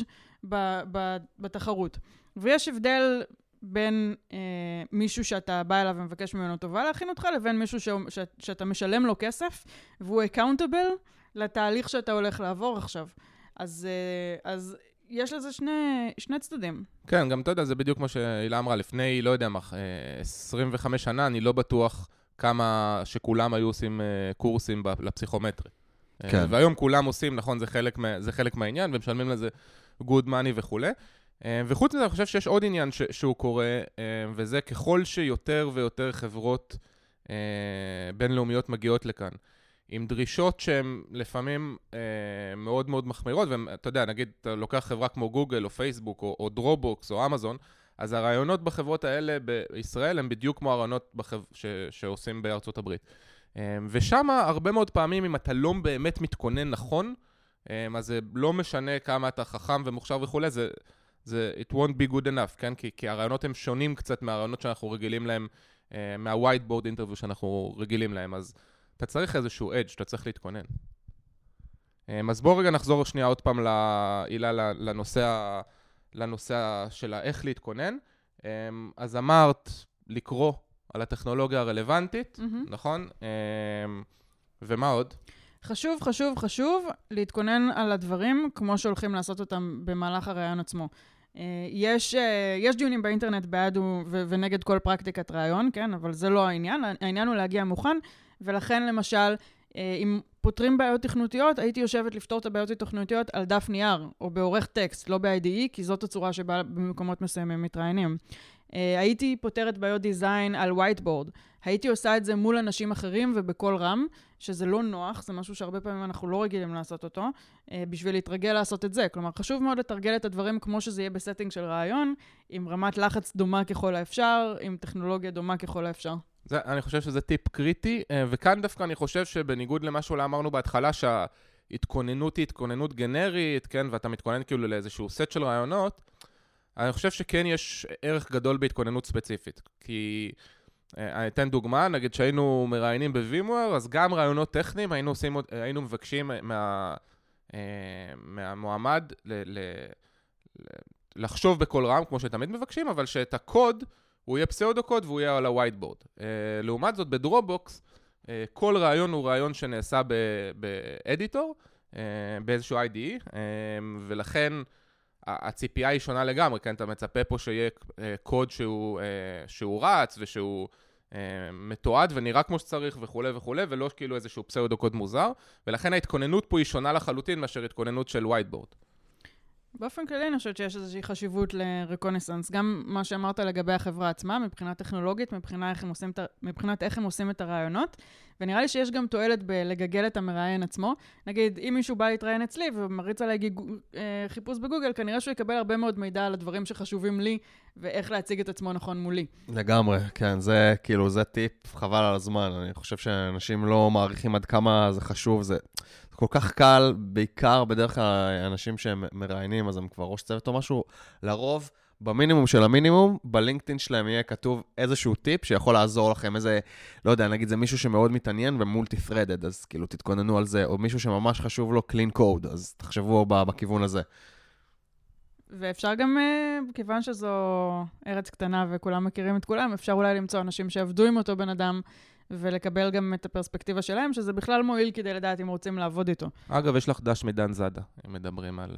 בתחרות. ויש הבדל בין אה, מישהו שאתה בא אליו ומבקש ממנו טובה להכין אותך, לבין מישהו ש, ש, שאתה משלם לו כסף, והוא accountable לתהליך שאתה הולך לעבור עכשיו. אז, אה, אז יש לזה שני, שני צדדים. כן, גם אתה יודע, זה בדיוק כמו שהילה אמרה, לפני, לא יודע מה, עשרים וחמש שנה, אני לא בטוח כמה שכולם היו עושים אה, קורסים לפסיכומטרי. כן. אה, והיום כולם עושים, נכון, זה חלק, מה, זה חלק מהעניין, ומשלמים לזה good money וכו'. וחוץ מזה, אני חושב שיש עוד עניין ש- שהוא קורה, וזה ככל שיותר ויותר חברות בינלאומיות מגיעות לכאן, עם דרישות שהן לפעמים מאוד מאוד מחמירות, ואתה יודע, נגיד, אתה לוקח חברה כמו גוגל או פייסבוק או, או דרובוקס או אמזון, אז הרעיונות בחברות האלה בישראל הם בדיוק כמו הרעיונות בחב... ש... שעושים בארצות הברית. ושם הרבה מאוד פעמים, אם אתה לא באמת מתכונן נכון, אז זה לא משנה כמה אתה חכם ומוכשר וכו', זה... זה it won't be good enough, כן? כי, כי הרעיונות הם שונים קצת מהרעיונות שאנחנו רגילים להם, אה, מה-whiteboard interview שאנחנו רגילים להם, אז אתה צריך איזשהו edge, אתה צריך להתכונן. אה, אז בואו רגע נחזור שנייה עוד פעם להילה, לנושא, לנושא של איך להתכונן. אה, אז אמרת לקרוא על הטכנולוגיה הרלוונטית, mm-hmm. נכון? אה, ומה עוד? חשוב, חשוב, חשוב להתכונן על הדברים כמו שהולכים לעשות אותם במהלך הרעיון עצמו. יש, יש דיונים באינטרנט בעד ו- ונגד כל פרקטיקת רעיון, כן? אבל זה לא העניין. העניין הוא להגיע מוכן, ולכן למשל, אם פותרים בעיות תכנותיות, הייתי יושבת לפתור את הבעיות התכנותיות על דף נייר, או בעורך טקסט, לא ב-איי די אי, כי זאת הצורה שבה במקומות מסוימים מתראיינים. הייתי פותרת בעיות דיזיין על whiteboard. הייתי עושה את זה מול אנשים אחרים ובכל רם, שזה לא נוח, זה משהו שהרבה פעמים אנחנו לא רגילים לעשות אותו, בשביל להתרגל לעשות את זה. כלומר, חשוב מאוד לתרגל את הדברים כמו שזה יהיה בסטינג של רעיון, עם רמת לחץ דומה ככל האפשר, עם טכנולוגיה דומה ככל האפשר. זה, אני חושב שזה טיפ קריטי, וכאן דווקא אני חושב שבניגוד למה שאולי אמרנו בהתחלה, שההתכוננות היא התכוננות גנרית, כן, ואתה מתכונן כאילו לאיזשהו סט של רעיונות, אני חושב שכן יש ערך גדול בהתכוננות ספציפית, כי אני אתן דוגמה, נגיד שהיינו מראיינים בווימוור, אז גם רעיונות טכניים היינו, עושים, היינו מבקשים מה, מהמועמד ל, ל, לחשוב בכל רם, כמו שתמיד מבקשים, אבל שאת הקוד הוא יהיה פסאודו קוד והוא יהיה על הווייטבורד. לעומת זאת, בדרופבוקס, כל רעיון הוא רעיון שנעשה באדיטור, באיזשהו איי די אי, ולכן הציפייה היא שונה לגמרי, כן? אתה מצפה פה שיהיה קוד שהוא, שהוא רץ ושהוא מתועד ונראה כמו שצריך וכו' וכו', ולא כאילו איזשהו פסאודו קוד מוזר, ולכן ההתכוננות פה היא שונה לחלוטין מאשר התכוננות של ווייטבורד. באופן כללי אני חושבת שיש איזושהי חשיבות לרקונסנס, גם מה שאמרת לגבי החברה עצמה, מבחינה טכנולוגית, מבחינה איך הם עושים, מבחינת איך הם עושים את הרעיונות, ונראה לי שיש גם תועלת בלגגל את המראיין עצמו. נגיד, אם מישהו בא להתראיין אצלי ומריץ עליי חיפוש בגוגל, כנראה שהוא יקבל הרבה מאוד מידע על הדברים שחשובים לי, ואיך להציג את עצמו נכון מולי. לגמרי, כן, זה כאילו, זה טיפ חבל על הזמן. אני חושב שאנשים לא מעריכים עד כמה זה חשוב, זה כל כך קל, בעיקר בדרך כלל אנשים שהם מראיינים, אז הם כבר ראש צוות או משהו, לרוב, במינימום של המינימום, בלינקדאין שלהם יהיה כתוב איזשהו טיפ שיכול לעזור לכם, איזה, לא יודע, נגיד זה מישהו שמאוד מתעניין ומולטי-threaded, אז כאילו תתכוננו על זה, או מישהו שממש חשוב לו clean code, אז תחשבו בכיוון הזה. ואפשר גם, כיוון שזו ארץ קטנה וכולם מכירים את כולם, אפשר אולי למצוא אנשים שעבדו עם אותו בן אדם, ולקבל גם את הפרספקטיבה שלהם, שזה בכלל מועיל כדי לדעת אם רוצים לעבוד איתו. אגב, יש לך דש מדן זאדה, אם מדברים על...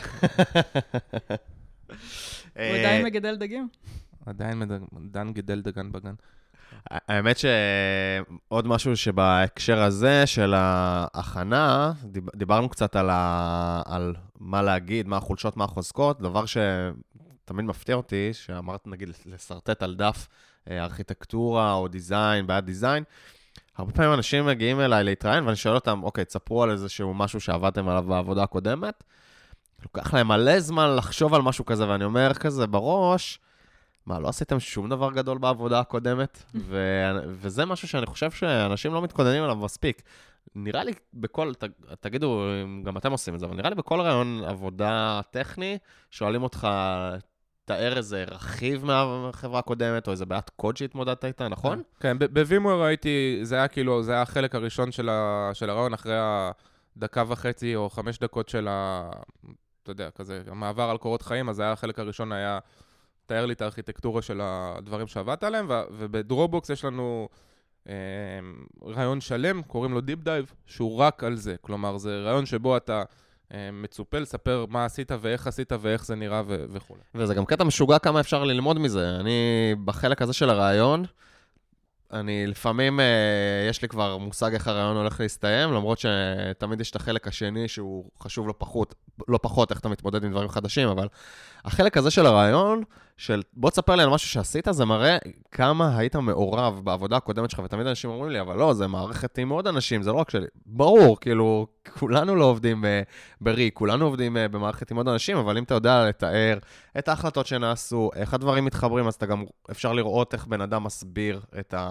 הוא עדיין מגדל דגים? עדיין דן גידל דגן בגן. האמת שעוד משהו שבהקשר הזה של ההכנה, דיברנו קצת על מה להגיד, מה החולשות, מה החוזקות, דבר שתמיד מפתיע אותי, שאמרת נגיד לסרטט על דף ארכיטקטורה או דיזיין, בעד דיזיין, הרבה פעמים אנשים מגיעים אליי להתראיין, ואני שואל אותם, אוקיי, תספרו על איזשהו משהו שעבדתם עליו בעבודה הקודמת, לוקח להם מלא זמן לחשוב על משהו כזה, ואני אומר כזה בראש, מה, לא עשיתם שום דבר גדול בעבודה הקודמת? ו- וזה משהו שאני חושב שאנשים לא מתכוננים עליו מספיק. נראה לי בכל, ת, תגידו, גם אתם עושים את זה, אבל נראה לי בכל רעיון עבודה טכני, שואלים אותך, תאר איזה רכיב מהחברה הקודמת, או איזה בעיית קוד שהתמודדת איתה, נכון? כן, בווימוור ראיתי, זה היה כאילו, זה היה החלק הראשון של, ה, של הרעיון, אחרי הדקה וחצי או חמש דקות של ה... אתה יודע, כזה, המעבר על קורות חיים, אז זה היה החלק הראשון, היה תאר לי את הארכיטקטורה של הדברים שעבדת עליהם, ובדרופבוקס יש לנו אה, רעיון שלם, קוראים לו דיפ דייב, שהוא רק על זה. כלומר, זה רעיון שבו אתה אה, מצופה לספר מה עשית ואיך עשית ואיך זה נראה ו- וכו'. וזה גם קטע משוגע כמה אפשר ללמוד מזה. אני, בחלק הזה של הרעיון, אני לפעמים, אה, יש לי כבר מושג איך הרעיון הולך להסתיים, למרות שתמיד יש את החלק השני שהוא חשוב לא פחות, לא פחות איך אתה מתמודד עם דברים חדשים, אבל החלק הזה של הרעיון, של בוא תספר לי על משהו שעשית, זה מראה כמה היית מעורב בעבודה הקודמת שלך, ותמיד אנשים אומרים לי, אבל לא, זה מערכת עם עוד אנשים, זה לא רק שלי. ברור, כאילו, כולנו לא עובדים ברי, כולנו עובדים במערכת עם עוד אנשים, אבל אם אתה יודע לתאר את ההחלטות שנעשו, איך הדברים מתחברים, אז אתה גם אפשר לראות איך בן אדם מסביר את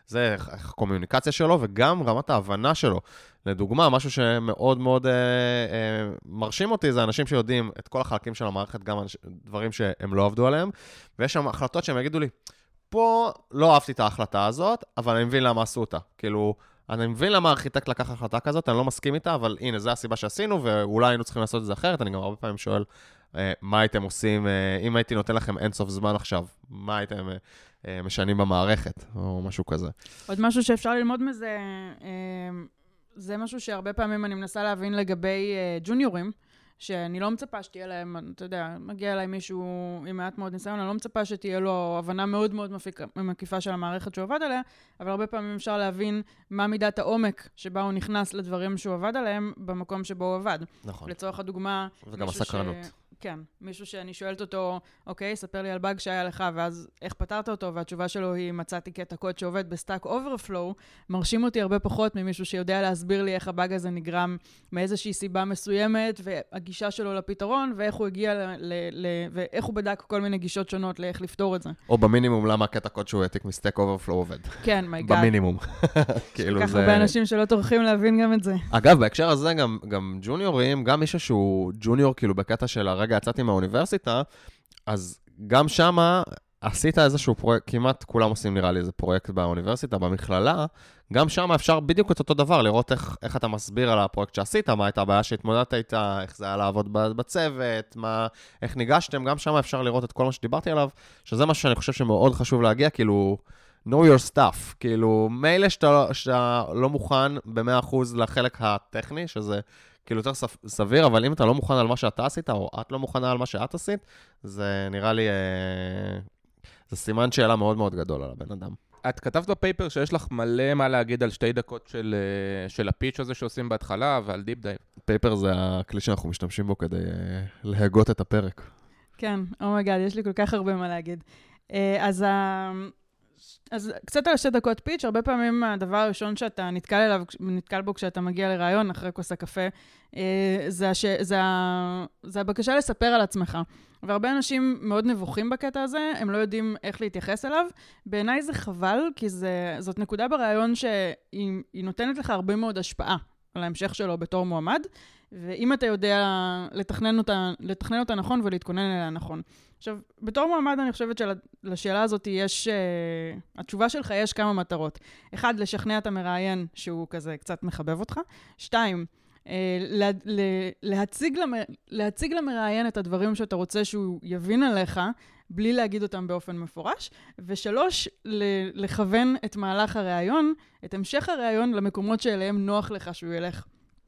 זה הקומוניקציה שלו, וגם רמת ההבנה שלו. לדוגמה, משהו שמאוד מאוד אה, אה, מרשים אותי, זה אנשים שיודעים את כל החלקים של המערכת, גם אנש, דברים שהם לא עבדו עליהם, ויש שם החלטות שהם יגידו לי, פה לא אהבתי את ההחלטה הזאת, אבל אני מבין למה עשו אותה. כאילו, אני מבין למה הארכיטקט לקח החלטה כזאת, אני לא מסכים איתה, אבל הנה, זו הסיבה שעשינו, ואולי היינו צריכים לעשות את זה אחרת. אני גם הרבה פעמים שואל, אה, מה הייתם עושים, אה, אם הייתי נותן לכם אינסוף זמן עכשיו, מה הייתם אה, משנים במערכת, או משהו כזה. עוד משהו שאפשר ללמוד מזה, אה, זה משהו שהרבה פעמים אני מנסה להבין לגבי אה, ג'וניורים, שאני לא מצפה שתהיה להם, אתה יודע, מגיע אליי מישהו עם מעט מאוד ניסיון, אני לא מצפה שתהיה לו הבנה מאוד מאוד מפיק, מקיפה של המערכת שהוא עבד עליה, אבל הרבה פעמים אפשר להבין מה מידת העומק שבה הוא נכנס לדברים שהוא עבד עליהם, במקום שבו הוא עבד. נכון. לצורך הדוגמה... וגם הסקרנות. ש... כן, מישהו שאני שואלת אותו, אוקיי, ספר לי על באג שהיה לך, ואז איך פתרת אותו, והתשובה שלו היא, מצאתי קטע קוד שעובד בסטאק אוברפלואו, מרשים אותי הרבה פחות ממישהו שיודע להסביר לי איך הבאג הזה נגרם מאיזושהי סיבה מסוימת, והגישה שלו לפתרון, ואיך הוא הגיע, ל- ל- ל- ואיך הוא בדק כל מיני גישות שונות לאיך לפתור את זה. או במינימום, למה הקטע קוד שהוא העתיק מסטאק אוברפלואו עובד. כן, מי גאד. במינימום. כאילו זה... ככה הרבה אנשים שלא טורחים להבין גם את זה. אגב, בהקשר הזה גם, גם ג'וניורים, גם מישהו שהוא ג'וניור, כאילו בקטע של הרגע יצאתי מהאוניברסיטה, אז גם שמה עשית איזשהו פרויקט, כמעט כולם עושים נראה לי איזה פרויקט באוניברסיטה, במכללה, גם שמה אפשר בדיוק את אותו דבר, לראות איך, איך אתה מסביר על הפרויקט שעשית, מה הייתה הבעיה שהתמודדת איתה, איך זה היה לעבוד בצוות, מה, איך ניגשתם, גם שמה אפשר לראות את כל מה שדיברתי עליו, שזה משהו שאני חושב שמאוד חשוב להגיע, כאילו, know your stuff, כאילו, מילא שאתה, שאתה לא מוכן ב-מאה אחוז לחלק הטכני, שזה כאילו יותר סביר, אבל אם אתה לא מוכן על מה שאתה עשית, או את לא מוכנה על מה שאת עשית, זה נראה לי, זה סימן שאלה מאוד מאוד גדול על הבן אדם. את כתבת בפייפר שיש לך מלא מה להגיד על שתי דקות של, של הפיץ' הזה שעושים בהתחלה, ועל דיפ דייב. פייפר זה הכלי שאנחנו משתמשים בו כדי להגות את הפרק. כן, אומייגאד, יש לי כל כך הרבה מה להגיד. אז ה... אז קצת על שתי דקות פיץ', הרבה פעמים הדבר הראשון שאתה נתקל אליו, נתקל בו כשאתה מגיע לרעיון אחרי כוס הקפה, זה, הש... זה, ה... זה הבקשה לספר על עצמך. והרבה אנשים מאוד נבוכים בקטע הזה, הם לא יודעים איך להתייחס אליו. בעיניי זה חבל, כי זה... זאת נקודה ברעיון שהיא נותנת לך הרבה מאוד השפעה על ההמשך שלו בתור מועמד, ואם אתה יודע לתכנן אותה, לתכנן אותה נכון ולהתכונן אליה נכון. עכשיו, בתור מועמד אני חושבת שלשאלה הזאת יש, uh, התשובה שלך יש כמה מטרות. אחד, לשכנע את המראיין שהוא כזה קצת מחבב אותך. שתיים, uh, לה, לה, להציג, למר, להציג למראיין את הדברים שאתה רוצה שהוא יבין עליך, בלי להגיד אותם באופן מפורש. ושלוש, לכוון את מהלך הראיון, את המשך הראיון למקומות שאליהם נוח לך שהוא ילך.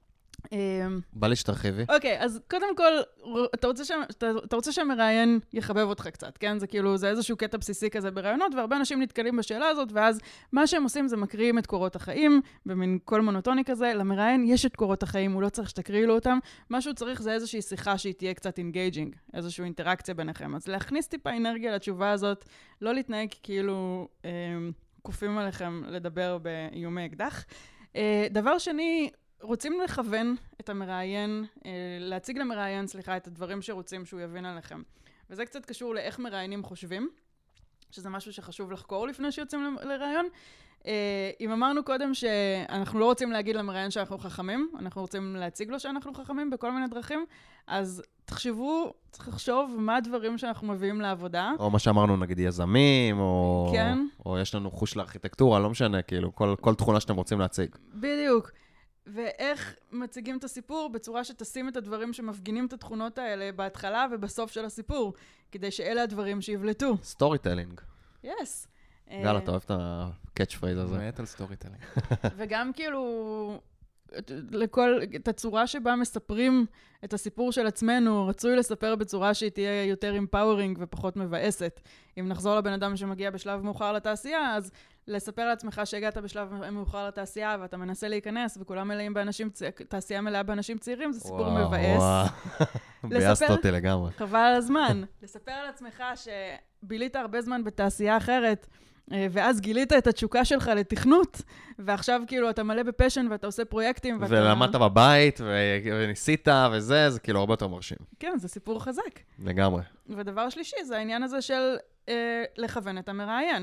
בא לי שתרחיבי. אוקיי, אז קודם כל, אתה רוצה, ש... אתה רוצה שהמראיין יחבב אותך קצת, כן? זה כאילו, זה איזשהו קטע בסיסי כזה ברעיונות, והרבה אנשים נתקלים בשאלה הזאת, ואז מה שהם עושים זה מקריאים את קורות החיים, במין קול מונוטוני כזה. למראיין יש את קורות החיים, הוא לא צריך שתקריא לו אותם. מה שהוא צריך זה איזושהי שיחה שהיא תהיה קצת אינגייג'ינג, איזושהי אינטראקציה ביניכם. אז להכניס טיפה אנרגיה לתשובה הזאת, לא להתנהג כאילו אה, קופים עליכם לדבר באיומי אקדח. אה, דבר שני, רוצים לכוון את המראיין, להציג למראיין, סליחה, את הדברים שרוצים שהוא יבין עליכם. וזה קצת קשור לאיך מראיינים חושבים, שזה משהו שחשוב לחקור לפני שיוצאים לראיון. אם אמרנו קודם שאנחנו לא רוצים להגיד למראיין שאנחנו חכמים, אנחנו רוצים להציג לו שאנחנו חכמים בכל מיני דרכים, אז תחשבו, צריך לחשוב מה הדברים שאנחנו מביאים לעבודה. או מה שאמרנו, נגיד יזמים, או, כן. או יש לנו חוש לארכיטקטורה, לא משנה, כאילו, כל, כל תכונה שאתם רוצים להציג. בדיוק. ואיך מציגים את הסיפור בצורה שתשים את הדברים שמפגינים את התכונות האלה בהתחלה ובסוף של הסיפור, כדי שאלה הדברים שיבלטו. סטורי טלינג. יס. גל, אתה אוהב את הקאץ' פרייז הזה. מעט על סטורי טלינג. וגם כאילו, לכל, את הצורה שבה מספרים את הסיפור של עצמנו, רצוי לספר בצורה שהיא תהיה יותר אמפאורינג ופחות מבאסת. אם נחזור לבן אדם שמגיע בשלב מאוחר לתעשייה, אז לספר לעצמך שהגעת בשלב מאוחר לתעשייה, ואתה מנסה להיכנס, וכולם מלאים באנשים, תעשייה מלאה באנשים צעירים, זה סיפור וואו, מבאס. וואו, ביאסת אותי לגמרי. חבל על הזמן. לספר על עצמך שבילית הרבה זמן בתעשייה אחרת, ואז גילית את התשוקה שלך לתכנות, ועכשיו כאילו אתה מלא בפשן ואתה עושה פרויקטים. ואתה... ולמדת בבית וניסית וזה, זה כאילו הרבה יותר מרשים. כן, זה סיפור חזק. לגמרי. ודבר שלישי, זה העניין הזה של אה, לכוון את המראיין.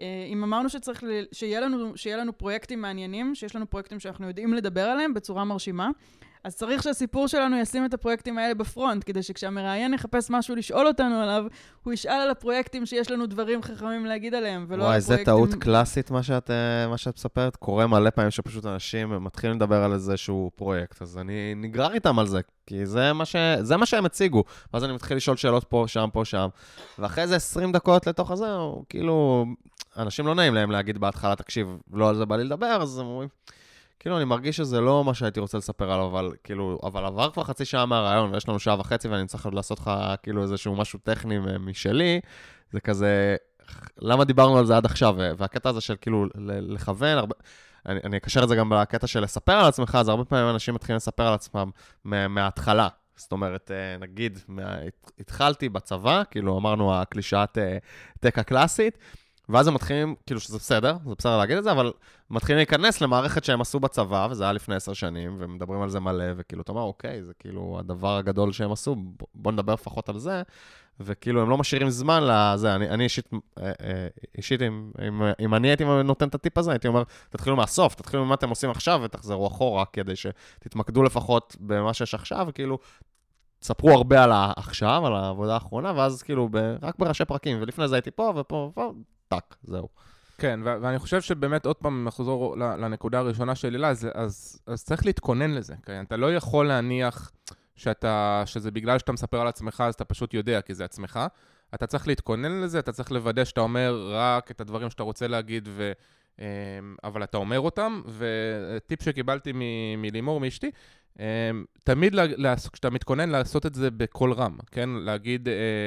אם אמרנו שצריך שיהיה לנו, שיהיה לנו פרויקטים מעניינים, שיש לנו פרויקטים שאנחנו יודעים לדבר עליהם בצורה מרשימה, אז צריך שהסיפור שלנו ישים את הפרויקטים האלה בפרונט, כדי שכשהמראיין יחפש משהו לשאול אותנו עליו, הוא ישאל על הפרויקטים שיש לנו דברים חכמים להגיד עליהם, ולא וואי, על הפרויקטים... וואי, זה טעות קלאסית מה שאת, מה שאת מספרת. קורה מלא פעמים שפשוט אנשים מתחילים לדבר על איזשהו פרויקט, אז אני נגרר איתם על זה, כי זה מה, ש... זה מה שהם הציגו. ואז אני מתחיל לשאול שאלות פה, שם, פה, שם. ואחרי זה עשרים דקות לתוך הזה, כאילו, אנשים לא נעים להם להגיד בהתחלה, תקשיב, לא על זה בא לי לדבר, אז הם אומרים... כאילו, אני מרגיש שזה לא מה שהייתי רוצה לספר עליו, אבל כאילו, אבל עבר כבר חצי שעה מהרעיון, ויש לנו שעה וחצי, ואני צריך לעשות לך כאילו איזשהו משהו טכני משלי, זה כזה, למה דיברנו על זה עד עכשיו? והקטע הזה של כאילו לכוון, הרבה, אני, אני אקשר את זה גם בקטע של לספר על עצמך, אז הרבה פעמים אנשים מתחילים לספר על עצמם מההתחלה. זאת אומרת, נגיד, התחלתי בצבא, כאילו אמרנו הקלישאת טק הקלאסית, ואז הם מתחילים, כאילו שזה בסדר, זה בסדר להגיד את זה, אבל מתחילים להיכנס למערכת שהם עשו בצבא, וזה היה לפני עשר שנים, ומדברים על זה מלא, וכאילו, אתה אומר, אוקיי, זה כאילו הדבר הגדול שהם עשו, בוא נדבר לפחות על זה, וכאילו, הם לא משאירים זמן לזה. אני, אני אישית, אישית, אם, אם, אם אני הייתי נותן את הטיפ הזה, הייתי אומר, תתחילו מהסוף, תתחילו ממה אתם עושים עכשיו, ותחזרו אחורה, כדי שתתמקדו לפחות במה שיש עכשיו, וכאילו, תספרו הרבה על העכשיו, על העבודה האחרונה, ואז כאילו, ב, רק בראשי פרקים, ולפני זה הייתי פה, ופה, ופה, טק, זהו. כן, ו- ואני חושב שבאמת, עוד פעם, נחזור לנקודה הראשונה של הילה, אז, אז, אז צריך להתכונן לזה, כן? אתה לא יכול להניח שאתה, שזה בגלל שאתה מספר על עצמך, אז אתה פשוט יודע, כי זה עצמך. אתה צריך להתכונן לזה, אתה צריך לוודא שאתה אומר רק את הדברים שאתה רוצה להגיד, ו, אבל אתה אומר אותם, וטיפ שקיבלתי מ- מלימור, מאשתי, תמיד כשאתה מתכונן לעשות את זה בכל רם, כן? להגיד...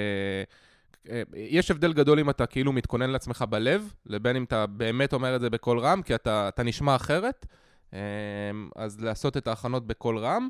יש הבדל גדול אם אתה כאילו מתכונן לעצמך בלב, לבין אם אתה באמת אומר את זה בכל רם, כי אתה, אתה נשמע אחרת, אז לעשות את ההכנות בכל רם,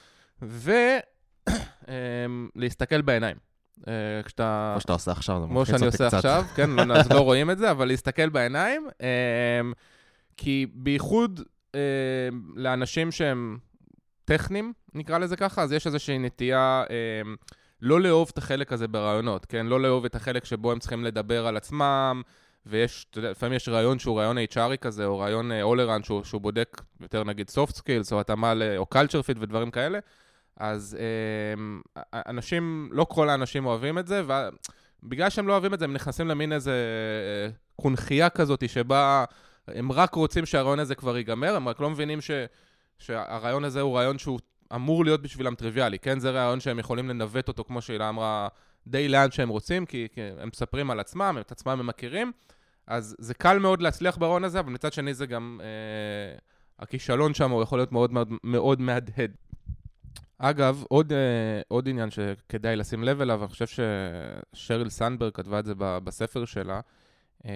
ולהסתכל בעיניים. כשאתה... כמו שאתה עושה עכשיו, זה כמו שאני עושה עכשיו, כן, אז לא רואים את זה, אבל להסתכל בעיניים, כי בייחוד לאנשים שהם טכניים, נקרא לזה ככה, אז יש איזושהי נטייה... לא לאהוב את החלק הזה ברעיונות, כן? לא לאהוב את החלק שבו הם צריכים לדבר על עצמם, ויש, לפעמים יש רעיון שהוא רעיון אייץ' אר כזה, או רעיון אולרן שהוא, שהוא בודק יותר נגיד soft skills, או התאמה, או culture fit ודברים כאלה, אז אה, אנשים, לא כל האנשים אוהבים את זה, ובגלל שהם לא אוהבים את זה, הם נכנסים למין איזה אה, קונחייה כזאת, שבה הם רק רוצים שהרעיון הזה כבר ייגמר, הם רק לא מבינים ש, שהרעיון הזה הוא רעיון שהוא אמור להיות בשבילם טריוויאלי, כן? זה רעיון שהם יכולים לנווט אותו, כמו שהילה אמרה, די לאן שהם רוצים, כי, כי הם מספרים על עצמם, את עצמם הם מכירים, אז זה קל מאוד להצליח ברעיון הזה, אבל מצד שני זה גם, אה, הכישלון שם הוא יכול להיות מאוד מאוד, מאוד מהדהד. אגב, עוד, אה, עוד עניין שכדאי לשים לב אליו, אני חושב ששריל סנדברג כתבה את זה בספר שלה, אה,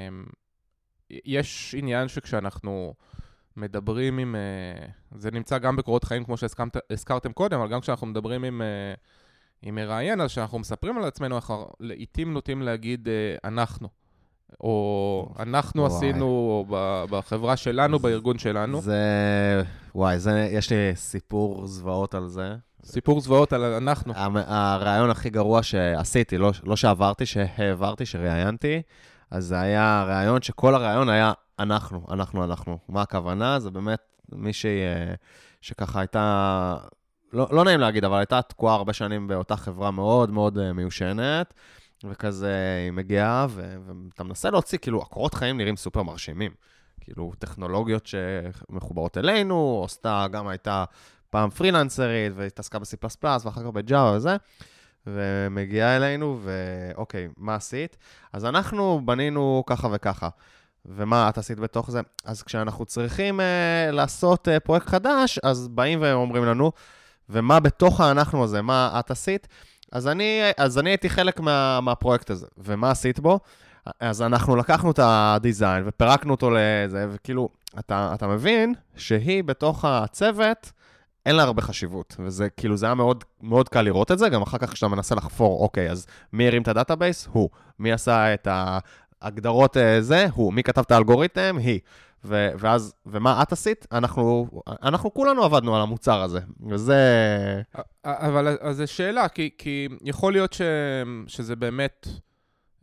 יש עניין שכשאנחנו... מדברים עם, זה נמצא גם בקורות חיים כמו שהזכרתם קודם, אבל גם כשאנחנו מדברים עם, עם מראיין, אז כשאנחנו מספרים על עצמנו, אנחנו לעתים נוטים להגיד אנחנו, או אנחנו וואי. עשינו, או בחברה שלנו, זה, בארגון שלנו. זה, וואי, זה, יש לי סיפור זוועות על זה. סיפור זוועות על אנחנו. הרעיון הכי גרוע שעשיתי, לא, לא שעברתי, שהעברתי, שראיינתי, אז זה היה רעיון שכל הרעיון היה אנחנו, אנחנו, אנחנו. מה הכוונה? זה באמת מישהי שככה הייתה, לא, לא נעים להגיד, אבל הייתה תקועה הרבה שנים באותה חברה מאוד מאוד מיושנת, וכזה היא מגיעה, ואתה מנסה להוציא, כאילו, הקורות חיים נראים סופר מרשימים. כאילו, טכנולוגיות שמחוברות אלינו, עשתה, גם הייתה פעם פרילנסרית, והתעסקה ב-C פלוס פלוס, ואחר כך ב-Java וזה. ומגיעה אלינו, ואוקיי, מה עשית? אז אנחנו בנינו ככה וככה. ומה את עשית בתוך זה? אז כשאנחנו צריכים אה, לעשות אה, פרויקט חדש, אז באים ואומרים לנו, ומה בתוך האנחנו הזה, מה את עשית? אז אני, אז אני הייתי חלק מה, מהפרויקט הזה. ומה עשית בו? אז אנחנו לקחנו את הדיזיין ופרקנו אותו לזה, וכאילו, אתה, אתה מבין שהיא בתוך הצוות, אין לה הרבה חשיבות, וזה כאילו, זה היה מאוד, מאוד קל לראות את זה, גם אחר כך כשאתה מנסה לחפור, אוקיי, אז מי הרים את הדאטאבייס? הוא. מי עשה את ההגדרות זה? הוא. מי כתב את האלגוריתם? היא. ו- ואז, ומה את עשית? אנחנו, אנחנו כולנו עבדנו על המוצר הזה, וזה... אבל אז זו שאלה, כי, כי יכול להיות ש, שזה באמת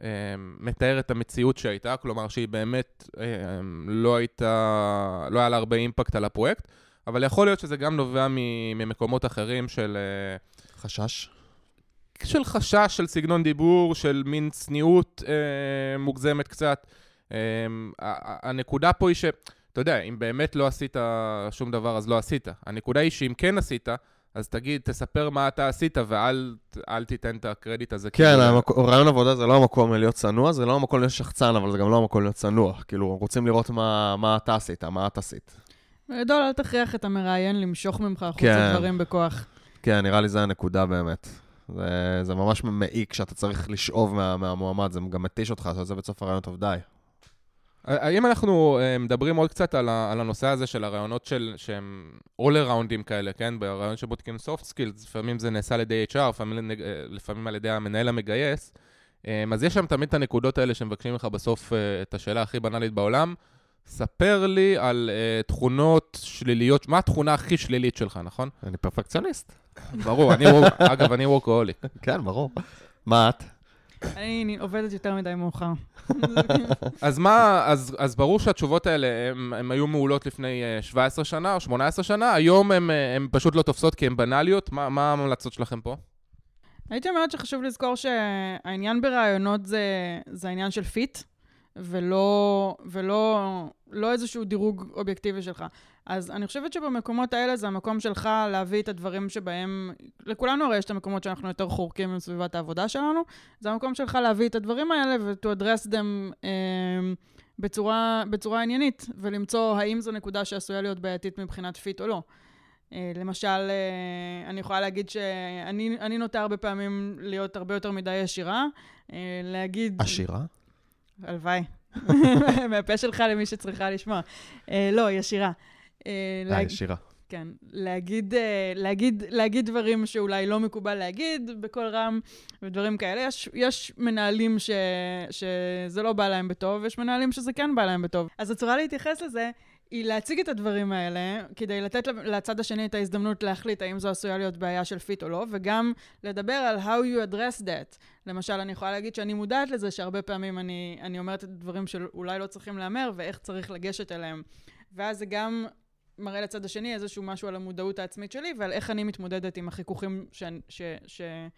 מתאר את המציאות שהייתה, כלומר שהיא באמת לא הייתה, לא היה לה הרבה אימפקט על הפרויקט, אבל יכול להיות שזה גם נובע ממקומות אחרים של... חשש? של חשש, של סגנון דיבור, של מין צניעות מוגזמת קצת. הנקודה פה היא ש... אתה יודע, אם באמת לא עשית שום דבר, אז לא עשית. הנקודה היא שאם כן עשית, אז תגיד, תספר מה אתה עשית, ואל אל תיתן את הקרדיט הזה. כן, רעיון עבודה זה לא המקום להיות צנוע, זה לא המקום להיות שחצן, אבל זה גם לא המקום להיות צנוע. כאילו, רוצים לראות מה, מה אתה עשית, מה את עשית. גדול, אל תכריח את המראיין למשוך ממך חוצה דברים בכוח. כן, נראה לי זה הנקודה באמת. זה, זה ממש מעיק שאתה צריך לשאוב מה, מהמועמד, זה גם מתיש אותך, אתה עושה בסוף הרעיונות עובדי. האם אנחנו מדברים עוד קצת על הנושא הזה של הרעיונות שהם all-aroundים כאלה, כן? ברעיון שבודקים soft skills, לפעמים זה נעשה על ידי אייץ' אר, לפעמים על ידי המנהל המגייס, אז יש שם תמיד את הנקודות האלה שמבקשים לך בסוף את השאלה הכי בנאלית בעולם, ספר לי על תכונות שליליות, מה התכונה הכי שלילית שלך, נכון? אני פרפקציוניסט. ברור, אגב, אני וורקהוליק. כן, ברור. מה את? אני עובדת יותר מדי מאוחר. אז מה, אז, אז ברור שהתשובות האלה, הן היו מעולות לפני שבע עשרה שנה או שמונה עשרה שנה, היום הן פשוט לא תופסות כי הן בנאליות. מה, מה ההמלצות שלכם פה? הייתי אומרת שחשוב לזכור שהעניין ברעיונות זה, זה העניין של פיט, ולא, ולא, לא איזשהו דירוג אובייקטיבי שלך. אז אני חושבת שבמקומות האלה זה המקום שלך להביא את הדברים שבהם, לכולנו הרי יש את המקומות שאנחנו יותר חורקים עם סביבת העבודה שלנו, זה המקום שלך להביא את הדברים האלה ו-to address them אה, בצורה, בצורה עניינית, ולמצוא האם זו נקודה שעשויה להיות בעייתית מבחינת פיט או לא. אה, למשל, אה, אני יכולה להגיד שאני אני נוטה הרבה פעמים להיות הרבה יותר מדי ישירה, אה, להגיד... עשירה? הלוואי. מהפה שלך למי שצריכה לשמוע. אה, לא, ישירה. אה, ישירה. כן, להגיד, להגיד, להגיד דברים שאולי לא מקובל להגיד בכל רם ודברים כאלה. יש, יש מנהלים ש, שזה לא בא להם בטוב, ויש מנהלים שזה כן בא להם בטוב. אז הצורה להתייחס לזה היא להציג את הדברים האלה, כדי לתת לצד השני את ההזדמנות להחליט האם זו עשויה להיות בעיה של פיט או לא, וגם לדבר על how you address that. למשל, אני יכולה להגיד שאני מודעת לזה שהרבה פעמים אני, אני אומרת את הדברים שאולי לא צריכים לאמר, ואיך צריך לגשת אליהם. ואז זה גם מראה לצד השני איזשהו משהו על המודעות העצמית שלי, ועל איך אני מתמודדת עם החיכוכים ש... ש... ש...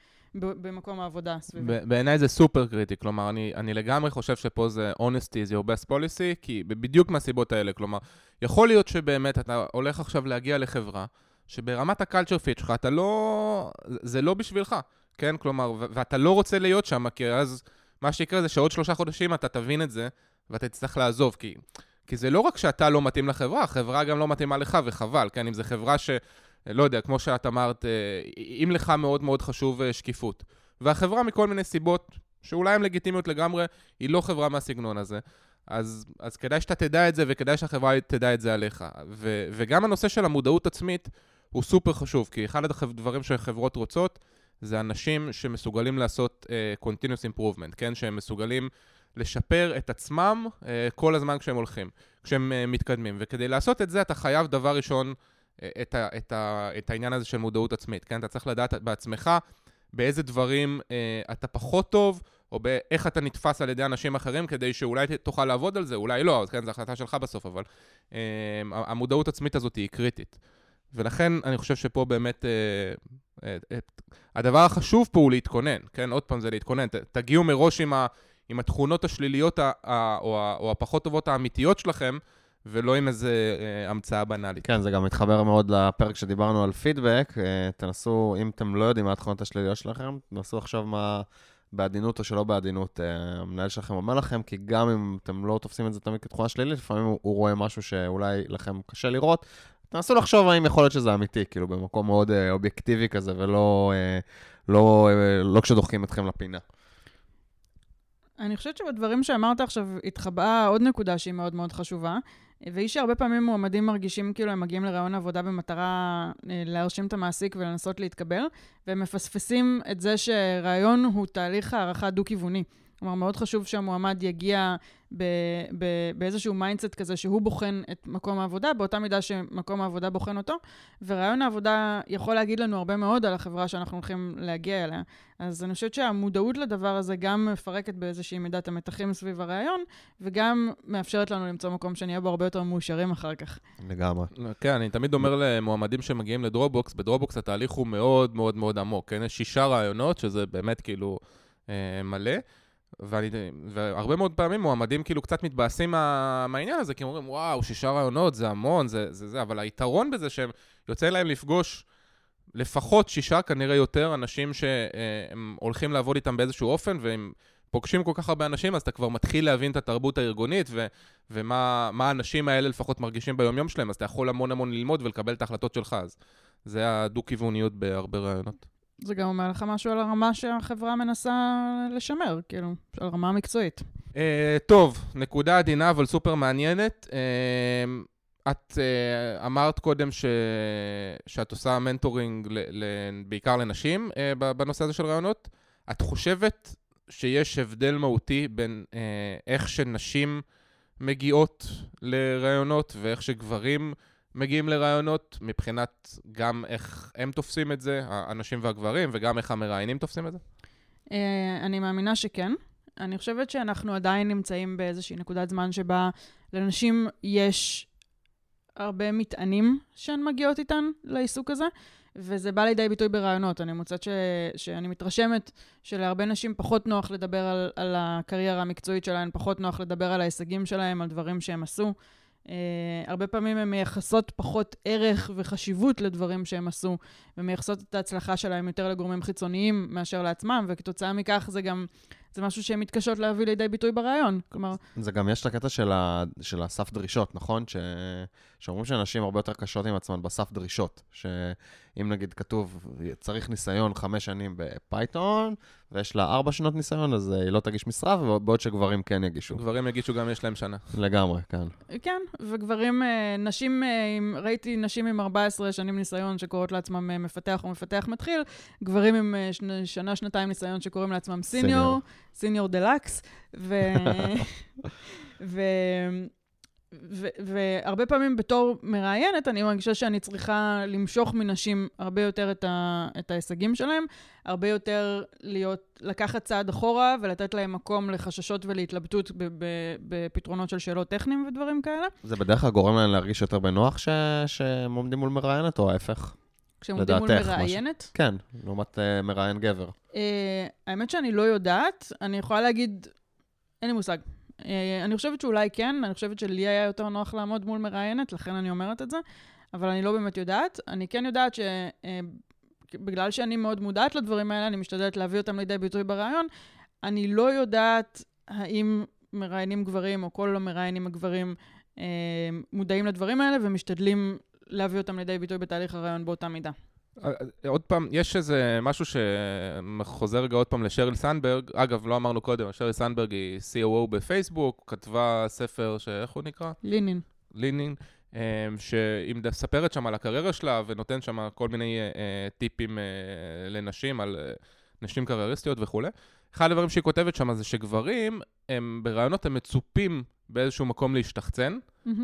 במקום העבודה סביבי. בעיניי זה סופר קריטי, כלומר, אני, אני לגמרי חושב שפה זה honesty is your best policy, כי בדיוק מהסיבות האלה, כלומר, יכול להיות שבאמת אתה הולך עכשיו להגיע לחברה, שברמת הקלצ'ר פיט שלך, אתה לא, זה לא בשבילך, כן? כלומר, ו- ואתה לא רוצה להיות שם, כי אז מה שיקרה זה שעוד שלושה חודשים אתה תבין את זה, ואתה תצטרך לעזוב, כי, כי זה לא רק שאתה לא מתאים לחברה, החברה גם לא מתאימה לך, וחבל, כן? אם זה חברה ש... לא יודע, כמו שאת אמרת, אם לך מאוד מאוד חשוב שקיפות. והחברה מכל מיני סיבות, שאולי הן לגיטימיות לגמרי, היא לא חברה מהסגנון הזה. אז, אז כדאי שאתה תדע את זה, וכדאי שהחברה תדע את זה עליך. ו, וגם הנושא של המודעות עצמית הוא סופר חשוב, כי אחד הדברים שחברות רוצות, זה אנשים שמסוגלים לעשות uh, continuous improvement, כן? שהם מסוגלים לשפר את עצמם uh, כל הזמן כשהם הולכים, כשהם uh, מתקדמים. וכדי לעשות את זה, אתה חייב דבר ראשון, את, ה, את, ה, את העניין הזה של מודעות עצמית, כן? אתה צריך לדעת בעצמך באיזה דברים אה, אתה פחות טוב, או באיך אתה נתפס על ידי אנשים אחרים, כדי שאולי תוכל לעבוד על זה, אולי לא, אז כן, זו החלטה שלך בסוף, אבל אה, המודעות עצמית הזאת היא קריטית. ולכן אני חושב שפה באמת, אה, אה, אה, הדבר החשוב פה הוא להתכונן, כן? עוד פעם זה להתכונן, ת, תגיעו מראש עם, ה, עם התכונות השליליות ה, ה, או, ה, או הפחות טובות האמיתיות שלכם, ולא עם איזה אה, המצאה בנאלית. כן, זה גם מתחבר מאוד לפרק שדיברנו על פידבק. אה, תנסו, אם אתם לא יודעים מה התכונות השליליות שלכם, תנסו עכשיו מה בעדינות או שלא בעדינות אה, המנהל שלכם אומר לכם, כי גם אם אתם לא תופסים את זה תמיד כתכונה שלילית, לפעמים הוא, הוא רואה משהו שאולי לכם קשה לראות. תנסו לחשוב האם יכול להיות שזה אמיתי, כאילו במקום מאוד אה, אובייקטיבי כזה, ולא אה, לא, אה, לא כשדוחקים אתכם לפינה. אני חושבת שבדברים שאמרת עכשיו התחבאה עוד נקודה שהיא מאוד מאוד חשובה, והיא שהרבה פעמים מועמדים מרגישים כאילו הם מגיעים לרעיון עבודה במטרה להרשים את המעסיק ולנסות להתקבל, והם מפספסים את זה שרעיון הוא תהליך הערכה דו-כיווני. כלומר, מאוד חשוב שהמועמד יגיע ב- ב- באיזשהו מיינדסט כזה שהוא בוחן את מקום העבודה, באותה מידה שמקום העבודה בוחן אותו, ורעיון העבודה יכול להגיד לנו הרבה מאוד על החברה שאנחנו הולכים להגיע אליה. אז אני חושבת שהמודעות לדבר הזה גם מפרקת באיזושהי מידת המתחים סביב הרעיון, וגם מאפשרת לנו למצוא מקום שנהיה בו הרבה יותר מאושרים אחר כך. לגמרי. כן, אני תמיד אומר למועמדים שמגיעים לדרופבוקס, בדרופבוקס התהליך הוא מאוד מאוד מאוד עמוק, כן? יש שישה רעיונות, שזה באמת כאילו אה, מלא, ואני, והרבה מאוד פעמים מועמדים כאילו קצת מתבאסים מה, מהעניין הזה, כי הם אומרים, וואו, שישה רעיונות, זה המון, זה, זה, זה, אבל היתרון בזה שהם יוצא להם לפגוש לפחות שישה, כנראה יותר, אנשים שהם הולכים לעבוד איתם באיזשהו אופן, והם פוגשים כל כך הרבה אנשים, אז אתה כבר מתחיל להבין את התרבות הארגונית, ו, ומה מה האנשים האלה לפחות מרגישים ביום-יום שלהם, אז אתה יכול המון המון ללמוד ולקבל את ההחלטות שלך, אז זה הדו-כיווניות בהרבה רעיונות. זה גם אומר לך משהו על הרמה שהחברה מנסה לשמר, כאילו, על הרמה המקצועית. Uh, טוב, נקודה עדינה, אבל סופר מעניינת. Uh, את uh, אמרת קודם ש... שאת עושה מנטורינג ל... ל... בעיקר לנשים uh, בנושא הזה של רעיונות. את חושבת שיש הבדל מהותי בין uh, איך שנשים מגיעות לרעיונות ואיך שגברים מגיעים לרעיונות, מבחינת גם איך הם תופסים את זה, האנשים והגברים, וגם איך המראיינים תופסים את זה? אני מאמינה שכן. אני חושבת שאנחנו עדיין נמצאים באיזושהי נקודת זמן שבה לנשים יש הרבה מטענים שהן מגיעות איתן לעיסוק הזה, וזה בא לידי ביטוי ברעיונות. אני מוצאת ש... שאני מתרשמת שלהרבה נשים פחות נוח לדבר על, על הקריירה המקצועית שלהן, פחות נוח לדבר על ההישגים שלהן, על דברים שהם עשו. Uh, הרבה פעמים הן מייחסות פחות ערך וחשיבות לדברים שהם עשו, ומייחסות את ההצלחה שלהם יותר לגורמים חיצוניים מאשר לעצמם, וכתוצאה מכך זה גם, זה משהו שהן מתקשות להביא לידי ביטוי ברעיון. כלומר... זה גם יש את הקטע של, ה, של הסף דרישות, נכון? ש... שאומרים שאנשים הרבה יותר קשות עם עצמן בסף דרישות, שאם נגיד כתוב, צריך ניסיון חמש שנים בפייתון, ויש לה ארבע שנות ניסיון, אז היא לא תגיש משרה, ובעוד שגברים כן יגישו. גברים יגישו גם יש להם שנה. לגמרי, כן. כן, וגברים, נשים, ראיתי נשים עם ארבע עשרה שנים ניסיון שקוראות לעצמם מפתח או מפתח מתחיל, גברים עם שנה, שנתיים ניסיון שקוראים לעצמם סיניור, סיניור דלקס, ו... ו... ו- והרבה פעמים בתור מראיינת, אני מרגישה שאני צריכה למשוך מנשים הרבה יותר את, ה- את ההישגים שלהם, הרבה יותר להיות, לקחת צעד אחורה ולתת להם מקום לחששות ולהתלבטות ב- ב- בפתרונות של שאלות טכניים ודברים כאלה. זה בדרך כלל גורם להם להרגיש יותר בנוח ש- שהם עומדים מול מראיינת או ההפך? כשהם עומדים מול מראיינת? מש... כן, לעומת uh, מראיין גבר. Uh, האמת שאני לא יודעת, אני יכולה להגיד, אין לי מושג. אני חושבת שאולי כן, אני חושבת שלי היה יותר נוח לעמוד מול מראיינת, לכן אני אומרת את זה, אבל אני לא באמת יודעת. אני כן יודעת שבגלל שאני מאוד מודעת לדברים האלה, אני משתדלת להביא אותם לידי ביטוי ברעיון, אני לא יודעת האם מראיינים גברים או כל המראיינים הגברים מודעים לדברים האלה ומשתדלים להביא אותם לידי ביטוי בתהליך הרעיון באותה מידה. עוד פעם, יש איזה משהו שחוזר רגע עוד פעם לשריל סנדברג, אגב, לא אמרנו קודם, שריל סנדברג היא סי או או בפייסבוק, כתבה ספר שאיך הוא נקרא? לינין. לינין, שהיא מספרת שם על הקריירה שלה, ונותן שם כל מיני טיפים לנשים, על נשים קרייריסטיות וכו'. אחד הדברים שהיא כותבת שם זה שגברים, הם ברעיונות הם מצופים באיזשהו מקום להשתחצן,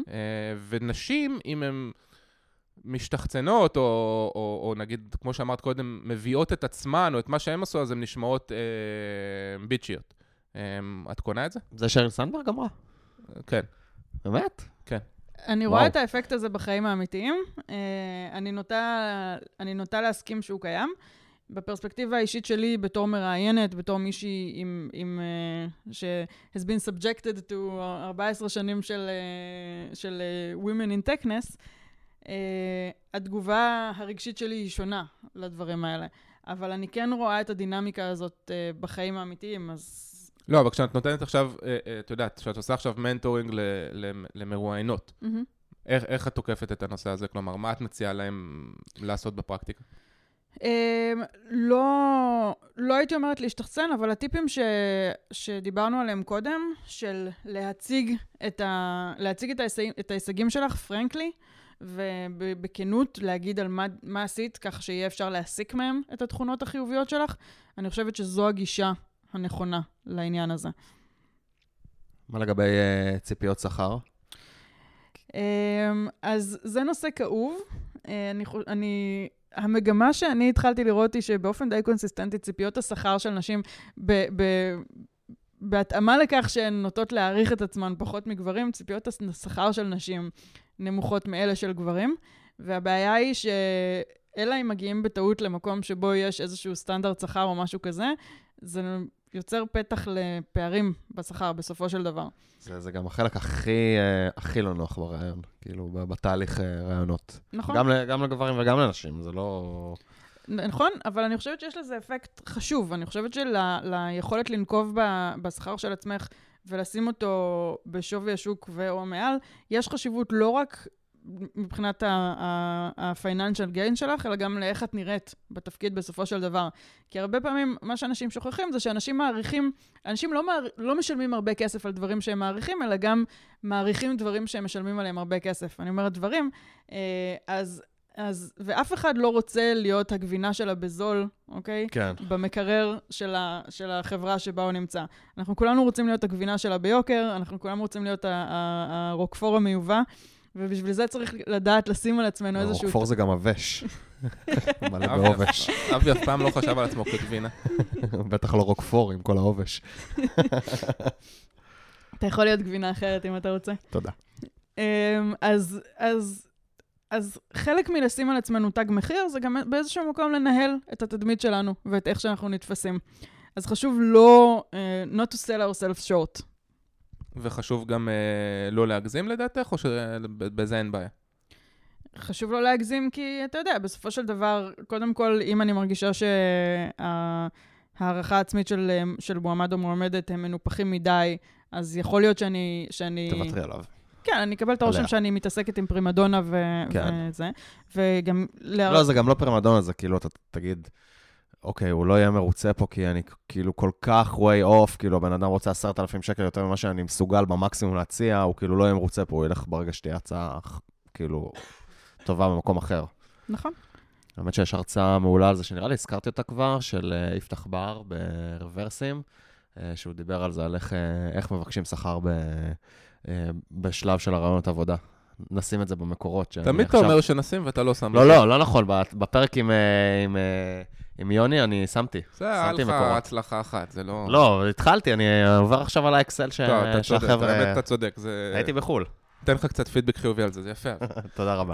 ונשים, אם הם... משתחצנות, או, או, או נגיד, כמו שאמרת קודם, מביאות את עצמן, או את מה שהם עשו, אז הן נשמעות אה, ביצ'יות. אה, את קונה את זה? זה שריל סנדברג אמרה? כן. באמת? כן. אני רואה את האפקט הזה בחיים האמיתיים. אה, אני נוטה, אני נוטה להסכים שהוא קיים. בפרספקטיבה האישית שלי, בתור מראיינת, בתור מישהי עם, עם, uh, ש- has been subjected to ארבע עשרה שנים של, uh, של uh, women in techness, Uh, התגובה הרגשית שלי היא שונה לדברים האלה, אבל אני כן רואה את הדינמיקה הזאת uh, בחיים האמיתיים, אז... לא, אבל כשאת נותנת עכשיו, uh, uh, את יודעת, כשאת עושה עכשיו מנטורינג ל- ל- למרואיינות, mm-hmm. איך, איך את תוקפת את הנושא הזה? כלומר, מה את מציעה להם לעשות בפרקטיקה? Uh, לא, לא הייתי אומרת להשתחצן, אבל הטיפים ש, שדיברנו עליהם קודם, של להציג את, ה, להציג את, ההישג, את ההישגים שלך, פרנקלי, ובכנות להגיד על מה, מה עשית, כך שיהיה אפשר להסיק מהם את התכונות החיוביות שלך. אני חושבת שזו הגישה הנכונה לעניין הזה. מה לגבי uh, ציפיות שכר? Um, אז זה נושא כאוב. Uh, אני, אני, המגמה שאני התחלתי לראות היא שבאופן די קונסיסטנטי ציפיות השכר של נשים ב, ב, בהתאמה לכך שהן נוטות להעריך את עצמן פחות מגברים, ציפיות השכר של נשים נמוכות מאלה של גברים, והבעיה היא שאלה אם מגיעים בטעות למקום שבו יש איזשהו סטנדרט שכר או משהו כזה, זה יוצר פתח לפערים בשכר בסופו של דבר. זה, זה גם החלק הכי, הכי לא נוח ברעיון, כאילו בתהליך רעיונות. נכון. גם, גם לגברים וגם לנשים, זה לא... נכון, אבל אני חושבת שיש לזה אפקט חשוב. אני חושבת שליכולת לנקוב בשכר של עצמך ולשים אותו בשווי השוק ואו מעל, יש חשיבות לא רק מבחינת ה-financial gain שלך, אלא גם לאיך את נראית בתפקיד בסופו של דבר. כי הרבה פעמים מה שאנשים שוכחים זה שאנשים מעריכים, אנשים לא, מער, לא משלמים הרבה כסף על דברים שהם מעריכים, אלא גם מעריכים דברים שהם משלמים עליהם הרבה כסף. אני אומרת דברים, אז... אז, ואף אחד לא רוצה להיות הגבינה שלה בזול, אוקיי? כן. במקרר של, ה, של החברה שבה הוא נמצא. אנחנו כולנו רוצים להיות הגבינה שלה ביוקר, אנחנו כולנו רוצים להיות הרוקפור המיובא, ובשביל זה צריך לדעת לשים על עצמנו איזשהו... הרוקפור זה גם אבש. מלא בעובש. אבי אף פעם לא חשב על עצמו כגבינה. בטח לא רוקפור עם כל העובש. אתה יכול להיות גבינה אחרת אם אתה רוצה. תודה. אז... אז אז חלק מלשים על עצמנו תג מחיר, זה גם באיזשהו מקום לנהל את התדמית שלנו, ואת איך שאנחנו נתפסים. אז חשוב לא, uh, not to sell ourselves short. וחשוב גם uh, לא להגזים לדעתך, או שבזה אין בעיה? חשוב לא להגזים, כי אתה יודע, בסופו של דבר, קודם כל, אם אני מרגישה שהערכה העצמית של, של מועמד או מועמדת הם מנופחים מדי, אז יכול להיות שאני... שאני... תוותרי עליו. כן, אני אקבל את הרושם שאני מתעסקת עם פרימדונה וזה, וגם... לא, זה גם לא פרימדונה, זה כאילו, אתה תגיד, אוקיי, הוא לא יהיה מרוצה פה, כי אני כאילו כל כך way off, כאילו, הבן אדם רוצה עשרת אלפים שקל יותר ממה שאני מסוגל במקסימום להציע, הוא כאילו לא יהיה מרוצה פה, הוא ילך ברגע שתהיה הצעה, כאילו, טובה במקום אחר. נכון. האמת שיש הרצאה מעולה על זה, שנראה לי, הזכרתי אותה כבר, של יפתח בר ברוורסים, שהוא דיבר על זה, על איך מבקשים שכר ב... בשלב של הרעיונות עבודה. נשים את זה במקורות. תמיד אתה אומר שנשים ואתה לא שם. לא, לא, לא נכון. בפרק עם יוני אני שמתי. זה היה לך הצלחה אחת, זה לא... לא, התחלתי, אני עובר עכשיו על האקסל שהחבר'ה... האמת, אתה צודק. הייתי בחול. תן לך קצת פידבק חיובי על זה, זה יפה. תודה רבה.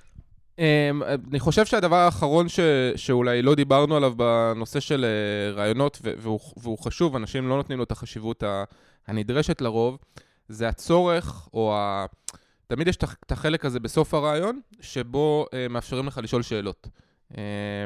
אני חושב שהדבר האחרון שאולי לא דיברנו עליו בנושא של רעיונות, והוא חשוב, אנשים לא נותנים לו את החשיבות הנדרשת לרוב, זה הצורך, או ה... תמיד יש את החלק הזה בסוף הרעיון, שבו אה, מאפשרים לך לשאול שאלות. אה,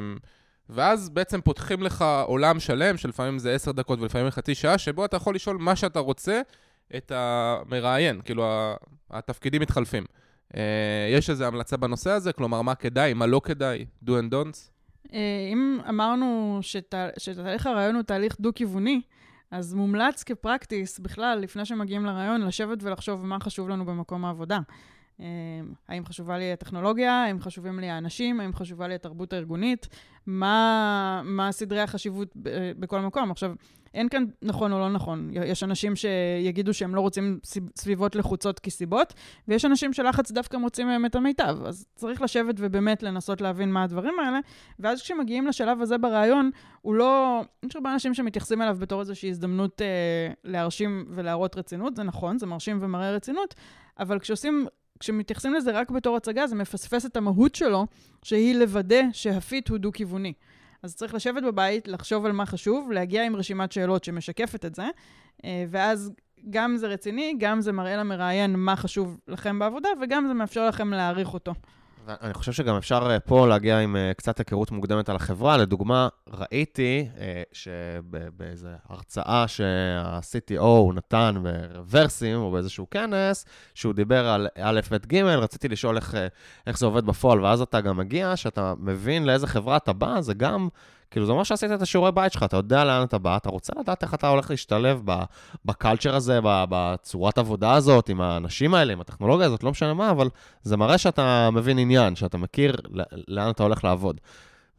ואז בעצם פותחים לך עולם שלם, שלפעמים זה עשר דקות ולפעמים חצי שעה, שבו אתה יכול לשאול מה שאתה רוצה את המראיין, כאילו התפקידים מתחלפים. אה, יש איזו המלצה בנושא הזה, כלומר מה כדאי, מה לא כדאי, do and don'ts? אה, אם אמרנו שת... שתהליך הרעיון הוא תהליך דו-כיווני, אז מומלץ כפרקטיס בכלל, לפני שמגיעים לרעיון, לשבת ולחשוב מה חשוב לנו במקום העבודה. האם חשובה לי הטכנולוגיה, האם חשובים לי האנשים, האם חשובה לי התרבות הארגונית, מה, מה סדרי החשיבות בכל מקום. עכשיו, אין כאן נכון או לא נכון. יש אנשים שיגידו שהם לא רוצים סביבות לחוצות כסיבות, ויש אנשים שלחץ דווקא מוצאים מהם את המיטב. אז צריך לשבת ובאמת לנסות להבין מה הדברים האלה, ואז כשמגיעים לשלב הזה ברעיון, הוא לא... יש הרבה אנשים שמתייחסים אליו בתור איזושהי הזדמנות אה, להרשים ולהראות רצינות, זה נכון, זה מרשים ומראה רצינות, אבל כשעושים... כשמתייחסים לזה רק בתור הצגה, זה מפספס את המהות שלו, שהיא לוודא שהפיט הוא דו-כיווני. אז צריך לשבת בבית, לחשוב על מה חשוב, להגיע עם רשימת שאלות שמשקפת את זה, ואז גם זה רציני, גם זה מראה למראיין מה חשוב לכם בעבודה, וגם זה מאפשר לכם להעריך אותו. אני חושב שגם אפשר פה להגיע עם קצת היכרות מוקדמת על החברה. לדוגמה, ראיתי שבאיזו הרצאה שה-סי טי או נתן ברוורסים או באיזשהו כנס, שהוא דיבר על א' ב' ג', רציתי לשאול איך, איך זה עובד בפועל, ואז אתה גם מגיע, שאתה מבין לאיזה חברה אתה בא, זה גם... כאילו, זה אומר שעשית את השיעורי בית שלך, אתה יודע לאן אתה בא, אתה רוצה לדעת איך אתה הולך להשתלב בקלצ'ר הזה, בצורת עבודה הזאת, עם האנשים האלה, עם הטכנולוגיה הזאת, לא משנה מה, אבל זה מראה שאתה מבין עניין, שאתה מכיר לאן אתה הולך לעבוד.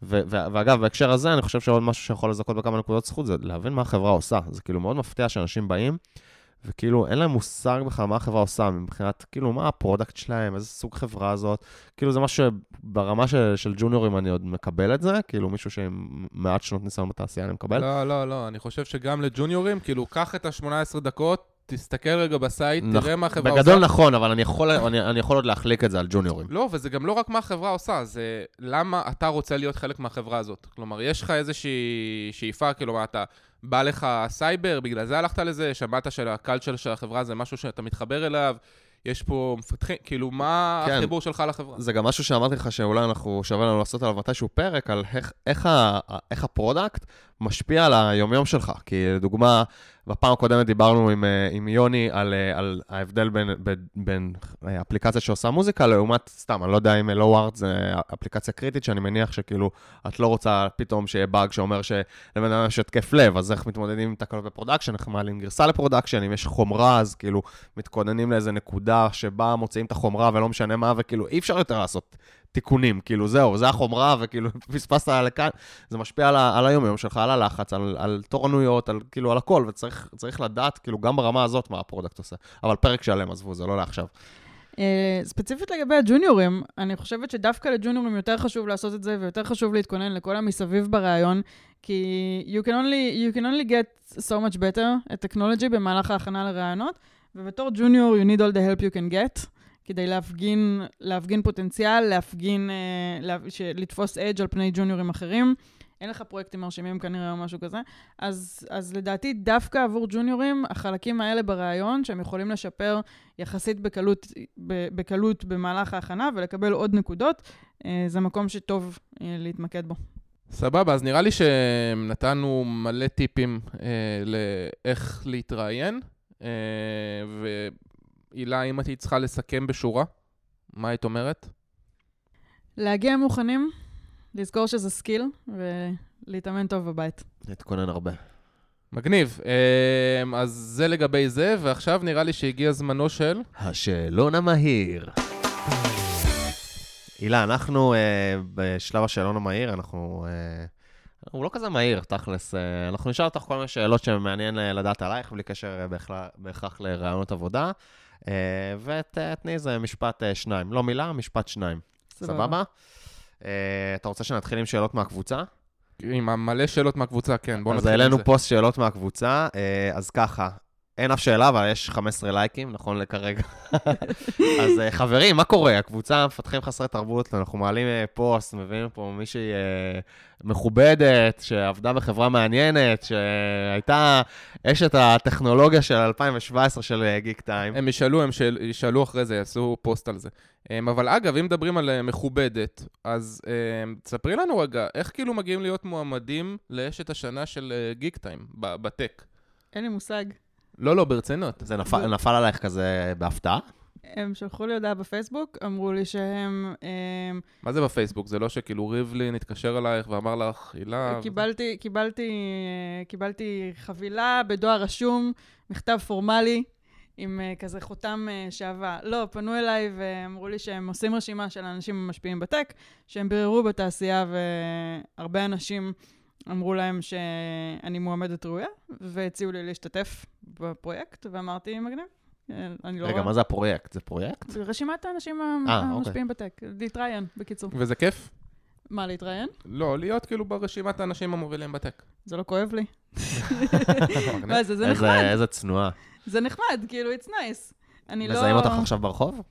ו- ו- ואגב, בהקשר הזה, אני חושב שעוד משהו שיכול לזכות בכמה נקודות זכות, זה להבין מה החברה עושה. זה כאילו מאוד מפתיע שאנשים באים, וכאילו אין להם מושג בכלל מה החברה עושה, מבחינת כאילו מה הפרודקט שלהם, איזה סוג חברה הזאת. כאילו זה משהו שברמה של, של ג'וניורים אני עוד מקבל את זה, כאילו מישהו שעם מעט שנות ניסיון בתעשייה אני מקבל. לא, לא, לא, אני חושב שגם לג'וניורים, כאילו, קח את ה-שמונה עשרה דקות, תסתכל רגע בסייט, נכ... תראה מה החברה בגדול עושה. נכון, אבל אני יכול, אני, אני יכול עוד להחליק את זה על ג'וניורים. לא, וזה גם לא רק מה החברה עושה, זה למה אתה רוצה להיות חלק מהחברה הזאת. כלומר, יש לך איזושהי שאיפה, כאילו, אתה בא לך סייבר, בגלל זה הלכת לזה, שמעת של הקלצ'ר של החברה, זה משהו שאתה מתחבר אליו, יש פה מפתחים, כאילו, מה כן. החיבור שלך לחברה? זה גם משהו שאמרתי לך שאולי אנחנו שווה לנו לעשות עליו מתישהו פרק, על איך, איך, ה, איך הפרודקט משפיע על היומיום שלך. כי לדוגמה, בפעם הקודמת דיברנו עם, עם יוני על, על ההבדל בין, בין, בין אפליקציה שעושה מוזיקה, לעומת סתם, אני לא יודע אם LoWard זה אפליקציה קריטית, שאני מניח שכאילו את לא רוצה פתאום שיהיה באג שאומר שלבן אדם יש התקף לב, אז איך מתמודדים עם תקלות בפרודקשן, איך מעלים גרסה לפרודקשן, אם יש חומרה, אז כאילו מתכוננים לאיזה נקודה שבה מוצאים את החומרה ולא משנה מה, וכאילו אי אפשר יותר לעשות תיקונים, כאילו זהו, זה החומרה, וכאילו פספסת לכאן, זה משפיע על, על היום-יום שלך, על הלחץ, על, על תורנויות, על, כאילו על הכל, וצריך צריך לדעת, כאילו גם ברמה הזאת מה הפרודקט עושה. אבל פרק שלם, עזבו, זה לא לעכשיו. ספציפית לגבי הג'וניורים, אני חושבת שדווקא לג'וניורים יותר חשוב לעשות את זה, ויותר חשוב להתכונן לכל המסביב ברעיון, כי you can only, you can only get so much better at technology במהלך ההכנה לרעיונות, ובתור ג'וניור you need all the help you can get, כדי להפגין, להפגין פוטנציאל, להפגין, לה, לתפוס אדג' על פני ג'וניורים אחרים. אין לך פרויקטים מרשימים כנראה או משהו כזה. אז, אז לדעתי דווקא עבור ג'וניורים, החלקים האלה ברעיון, שהם יכולים לשפר יחסית בקלות, בקלות במהלך ההכנה, ולקבל עוד נקודות, זה מקום שטוב להתמקד בו. סבבה, אז נראה לי שנתנו מלא טיפים אה, לאיך להתראיין, אה, ו... אילה, אם את צריכה לסכם בשורה, מה היית אומרת? להגיע מוכנים, לזכור שזה סקיל, ולהתאמן טוב בבית. להתכונן הרבה. מגניב. אז זה לגבי זה, ועכשיו נראה לי שהגיע זמנו של... השאלון המהיר. אילה, אנחנו בשלב השאלון המהיר, אנחנו... הוא לא כזה מהיר, תכלס. אנחנו נשאל אותך כל מיני שאלות שמעניין לדעת עלייך, בלי קשר בהכרח לרעיונות עבודה. ותתני איזה משפט שניים. לא מילה, משפט שניים. סבבה? אתה רוצה שנתחיל עם שאלות מהקבוצה? עם מלא שאלות מהקבוצה, כן. בוא נתחיל עם זה. אז העלינו פוסט שאלות מהקבוצה, אז ככה, אין אף שאלה, אבל יש חמישה עשר לייקים, נכון לכרגע. אז חברים, מה קורה? הקבוצה מפתחים חסרי תרבות, אנחנו מעלים פוסט, מביאים פה מישהי מכובדת, שעבדה בחברה מעניינת, שהייתה אשת הטכנולוגיה של אלפיים שבע עשרה של גיק טיים. הם ישאלו, הם ישאלו אחרי זה, יעשו פוסט על זה. אבל אגב, אם מדברים על מכובדת, אז תספרי לנו רגע, איך כאילו מגיעים להיות מועמדים לאשת השנה של גיק טיים, בטק? אין לי מושג. לא, לא, ברצינות. זה נפל, נפל עלייך כזה בהפתעה? הם שלחו לי הודעה בפייסבוק, אמרו לי שהם... מה זה בפייסבוק? זה לא שכאילו ריבלין התקשר אלייך ואמר לך, הילה... קיבלתי, קיבלתי, קיבלתי חבילה בדואר רשום, מכתב פורמלי, עם כזה חותם שעבה. לא, פנו אליי ואמרו לי שהם עושים רשימה של אנשים המשפיעים בטק, שהם ביררו בתעשייה והרבה אנשים... אמרו להם שאני מועמדת ראויה, והציעו לי להשתתף בפרויקט, ואמרתי, מגניב. אני לא רגע, רואה. מה זה הפרויקט? זה פרויקט? זה רשימת האנשים אה, המשפיעים אוקיי. בטק. להתראיין, בקיצור. וזה כיף? מה, להתראיין? לא, להיות כאילו ברשימת האנשים המובילים בטק. זה לא כואב לי. מה זה, זה נחמד. איזה צנועה. זה נחמד, כאילו, it's nice. אני לא... מזהים אותך עכשיו ברחוב?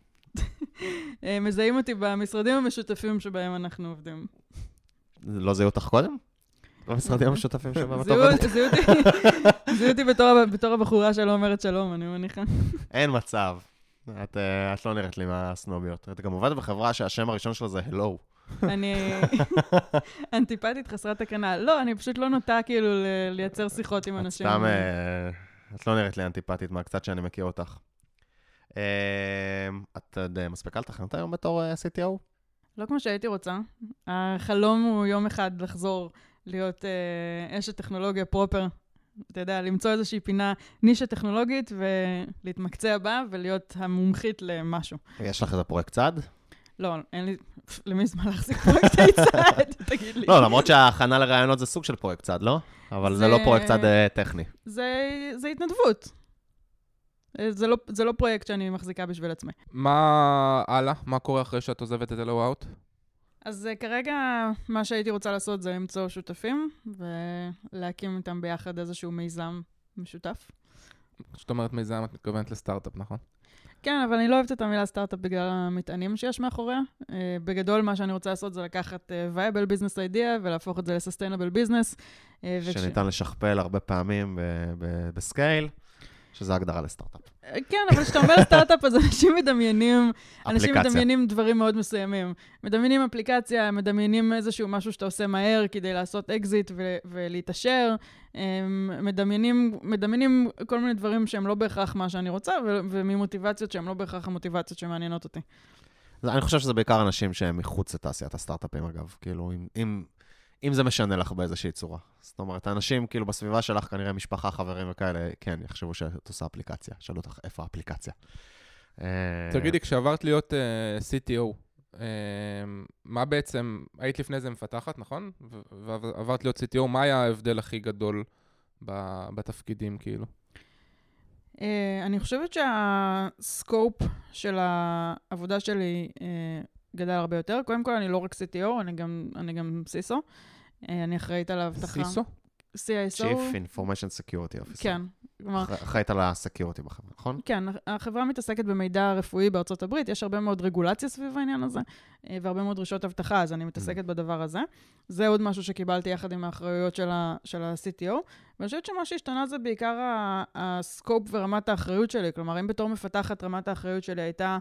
מזהים אותי במשרדים המשותפים שבהם אנחנו עובדים. לא זהיו אותך קודם? במשרדים המשותפים שבהם אתה עובדת? זהיו אותי בתור הבחורה שלא אומרת שלום, אני מניחה. אין מצב. את לא נראית לי מהסנוביות. את גם עובדת בחברה שהשם הראשון שלה זה הלו. אני אנטיפטית חסרת תקנה. לא, אני פשוט לא נוטה כאילו לייצר שיחות עם אנשים. סתם, את לא נראית לי אנטיפטית מהקצת שאני מכיר אותך. את מספיקה לתכנת היום בתור סי טי או? לא כמו שהייתי רוצה. החלום הוא יום אחד לחזור להיות אשת טכנולוגיה פרופר. אתה יודע, למצוא איזושהי פינה נישה טכנולוגית ולהתמקצע בה ולהיות המומחית למשהו. יש לך איזה פרויקט צד? לא, אין לי, למי זמן להחזיק פרויקטי צד, תגיד לי. לא, למרות שההכנה לרעיונות זה סוג של פרויקט צד, לא? אבל זה לא פרויקט צד טכני. זה התנדבות. זה לא, זה לא פרויקט שאני מחזיקה בשביל עצמי. מה הלאה? מה קורה אחרי שאת עוזבת את Hello Out? אז כרגע מה שהייתי רוצה לעשות זה למצוא שותפים, ולהקים איתם ביחד איזשהו מיזם משותף. זאת אומרת מיזם, את מתכוונת לסטארט-אפ, נכון? כן, אבל אני לא אוהבת את המילה סטארט-אפ בגלל המטענים שיש מאחוריה. בגדול, מה שאני רוצה לעשות זה לקחת viable business idea ולהפוך את זה ל-sustainable business. שניתן לשכפל הרבה פעמים בסקייל. שזה הגדרה לסטארט-אפ. כן, אבל כשאתה אומר סטארט-אפ, אז אנשים מדמיינים, אנשים מדמיינים דברים מאוד מסוימים. מדמיינים אפליקציה, מדמיינים איזשהו משהו שאתה עושה מהר כדי לעשות אקזיט ולהתאשר. מדמיינים, מדמיינים כל מיני דברים שהם לא בהכרח מה שאני רוצה, וממוטיבציות שהם לא בהכרח המוטיבציות שמעניינות אותי. אני חושב שזה בעיקר אנשים שהם מחוץ לתעשיית הסטארט-אפים, אגב. כאילו, אם... אם זה משנה לך באיזושהי צורה. זאת אומרת, האנשים, כאילו, בסביבה שלך, כנראה משפחה, חברים וכאלה, כן, יחשבו שאת עושה אפליקציה. שאלו אותך, איפה האפליקציה? תגידי, כשעברת להיות סי טי או, מה בעצם, היית לפני זה מפתחת, נכון? ועברת להיות סי טי או, מה היה ההבדל הכי גדול בתפקידים, כאילו? אני חושבת שהסקופ של העבודה שלי גדל הרבה יותר. קודם כל, אני לא רק סי טי או, אני גם, אני גם סיסו. אני אחראית על האבטחה. סיסו? סי איי אס או. Chief Information Security Officer. כן. אחראית על הסקיוריטי בחברה, נכון? כן, החברה מתעסקת במידע רפואי בארצות הברית, יש הרבה מאוד רגולציה סביב העניין הזה, והרבה מאוד דרישות אבטחה, אז אני מתעסקת בדבר הזה. זה עוד משהו שקיבלתי יחד עם האחריות של ה-סי טי או, ואני חושבת שמה שהשתנה זה בעיקר הסקופ ורמת האחריות שלי, כלומר, אם בתור מפתחת רמת האחריות שלי הייתה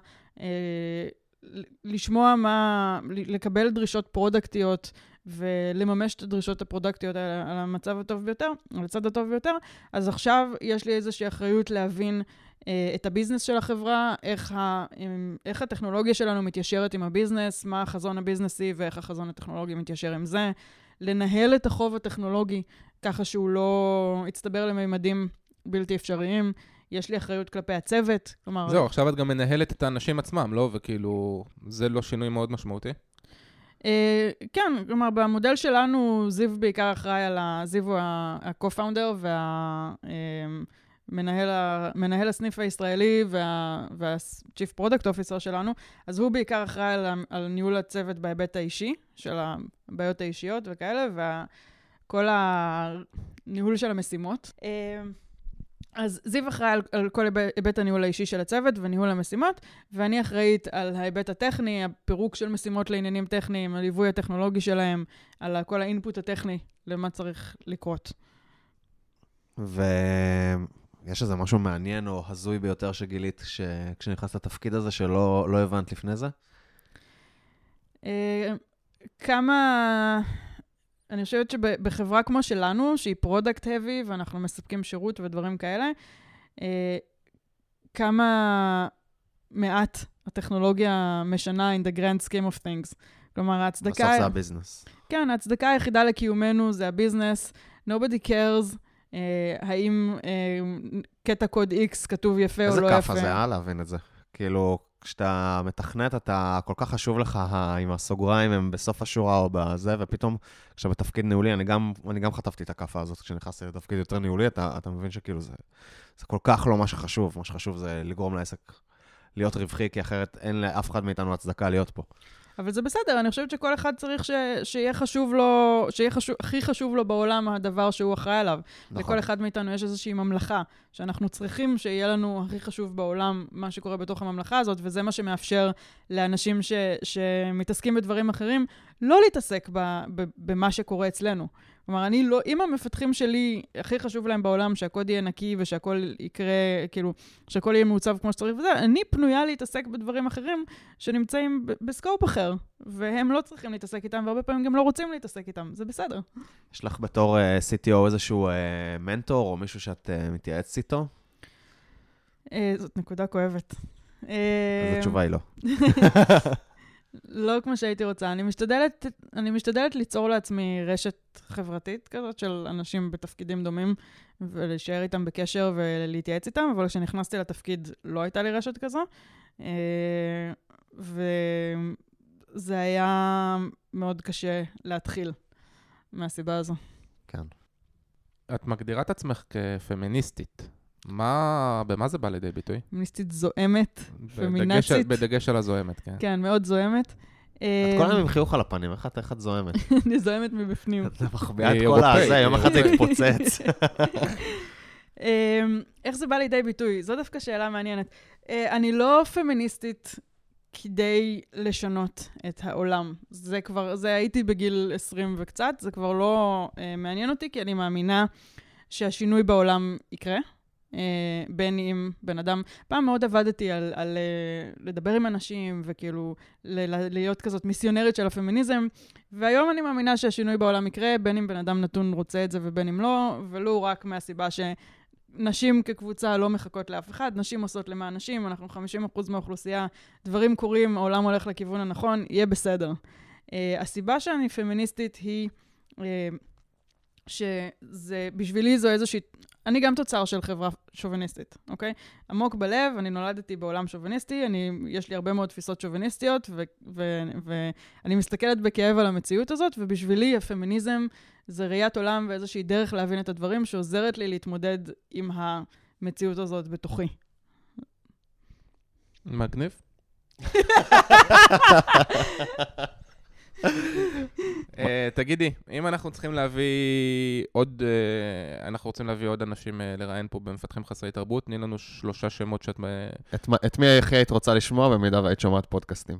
לשמוע מה, לקבל דרישות פרודקטיות, ולממש את הדרישות הפרודקטיות על, על המצב הטוב ביותר, על הצד הטוב ביותר, אז עכשיו יש לי איזושהי אחריות להבין אה, את הביזנס של החברה, איך, ה, איך הטכנולוגיה שלנו מתיישרת עם הביזנס, מה החזון הביזנסי ואיך החזון הטכנולוגי מתיישר עם זה, לנהל את החוב הטכנולוגי ככה שהוא לא יצטבר לממדים בלתי אפשריים, יש לי אחריות כלפי הצוות, כלומר... זהו, עכשיו את גם מנהלת את האנשים עצמם, לא? וכאילו, זה לא שינוי מאוד משמעותי? כן, כלומר, במודל שלנו, זיו בעיקר אחראי על ה... זיו הוא ה-co-founder והמנהל הסניף הישראלי וה-chief product officer שלנו, אז הוא בעיקר אחראי על ניהול הצוות בהיבט האישי, של הבעיות האישיות וכאלה, וכל הניהול של המשימות. אז זיו אחראי על, על כל היבט הניהול האישי של הצוות וניהול המשימות, ואני אחראית על ההיבט הטכני, הפירוק של משימות לעניינים טכניים, הליווי הטכנולוגי שלהם, על כל האינפוט הטכני למה צריך לקרות. ויש איזה משהו מעניין או הזוי ביותר שגילית ש... כשנכנסת לתפקיד הזה שלא לא הבנת לפני זה? כמה... אני חושבת שבחברה כמו שלנו, שהיא פרודקט heavy, ואנחנו מספקים שירות ודברים כאלה, אה, כמה מעט הטכנולוגיה משנה in the grand scheme of things. כלומר, ההצדקה... בסוף זה הביזנס. כן, ההצדקה היחידה לקיומנו זה הביזנס. Nobody cares, אה, האם אה, קטע קוד X כתוב יפה או לא יפה. איזה כף הזה, אה, להבין את זה. כאילו... כשאתה מתכנת, אתה כל כך חשוב לך, עם הסוגריים הם בסוף השורה או בזה, ופתאום כשאתה בתפקיד ניהולי, אני גם, אני גם חטפתי את הכפה הזאת, כשנכנסתי לתפקיד יותר ניהולי, אתה, אתה מבין שכאילו זה, זה כל כך לא מה שחשוב, מה שחשוב זה לגרום לעסק להיות רווחי, כי אחרת אין לאף אחד מאיתנו הצדקה להיות פה. אבל זה בסדר, אני חושבת שכל אחד צריך ש... שיהיה חשוב לו, שיהיה חשוב... הכי חשוב לו בעולם הדבר שהוא אחראי עליו. נכון. לכל אחד מאיתנו יש איזושהי ממלכה, שאנחנו צריכים שיהיה לנו הכי חשוב בעולם מה שקורה בתוך הממלכה הזאת, וזה מה שמאפשר לאנשים ש... שמתעסקים בדברים אחרים, לא להתעסק ב... ב... במה שקורה אצלנו. כלומר, אני לא, אם המפתחים שלי, הכי חשוב להם בעולם שהקוד יהיה נקי ושהכל יקרה, כאילו, שהכל יהיה מעוצב כמו שצריך וזה, אני פנויה להתעסק בדברים אחרים שנמצאים ב- בסקופ אחר, והם לא צריכים להתעסק איתם, והרבה פעמים גם לא רוצים להתעסק איתם, זה בסדר. יש לך בתור uh, סי טי או איזשהו uh, מנטור או מישהו שאת uh, מתייעץ איתו? Uh, זאת נקודה כואבת. אז התשובה היא לא. לא כמו שהייתי רוצה. אני משתדלת, אני משתדלת ליצור לעצמי רשת חברתית כזאת של אנשים בתפקידים דומים, ולהישאר איתם בקשר ולהתייעץ איתם, אבל כשנכנסתי לתפקיד לא הייתה לי רשת כזו. זה היה מאוד קשה להתחיל מהסיבה הזו. כן. את מגדירה את עצמך כפמיניסטית. מה, במה זה בא לידי ביטוי? פמיניסטית זוהמת, בדגש, פמינצית. בדגש על הזוהמת, כן. כן, מאוד זוהמת. את כל היום עם חיוך על הפנים, איך את, איך את זוהמת? אני זוהמת מבפנים. את מחביאה את היא כל אירופאית. הזה, יום אחד זה יתפוצץ. איך זה בא לידי ביטוי? זו דווקא שאלה מעניינת. אני לא פמיניסטית כדי לשנות את העולם. זה כבר, זה הייתי בגיל עשרים וקצת, זה כבר לא מעניין אותי, כי אני מאמינה שהשינוי בעולם יקרה. בין אם בן אדם, פעם מאוד עבדתי על, על לדבר עם אנשים וכאילו להיות כזאת מיסיונרית של הפמיניזם, והיום אני מאמינה שהשינוי בעולם יקרה, בין אם בן אדם נתון רוצה את זה ובין אם לא, ולא רק מהסיבה שנשים כקבוצה לא מחכות לאף אחד, נשים עושות למען נשים, אנחנו חמישים אחוז מהאוכלוסייה, דברים קורים, העולם הולך לכיוון הנכון, יהיה בסדר. הסיבה שאני פמיניסטית היא שזה, בשבילי זו איזושהי, אני גם תוצר של חברה שוביניסטית, אוקיי? עמוק בלב, אני נולדתי בעולם שוביניסטי, אני, יש לי הרבה מאוד תפיסות שוביניסטיות, ו, ו, ואני מסתכלת בכאב על המציאות הזאת, ובשבילי הפמיניזם זה ראיית עולם ואיזושהי דרך להבין את הדברים, שעוזרת לי להתמודד עם המציאות הזאת בתוכי. מגניב. Uh, תגידי, אם אנחנו צריכים להביא עוד, uh, אנחנו רוצים להביא עוד אנשים uh, לראיין פה במפתחים חסרי תרבות, תני לנו שלושה שמות שאת... את, את מי הכי היית רוצה לשמוע במידה והיית שומעת פודקאסטים?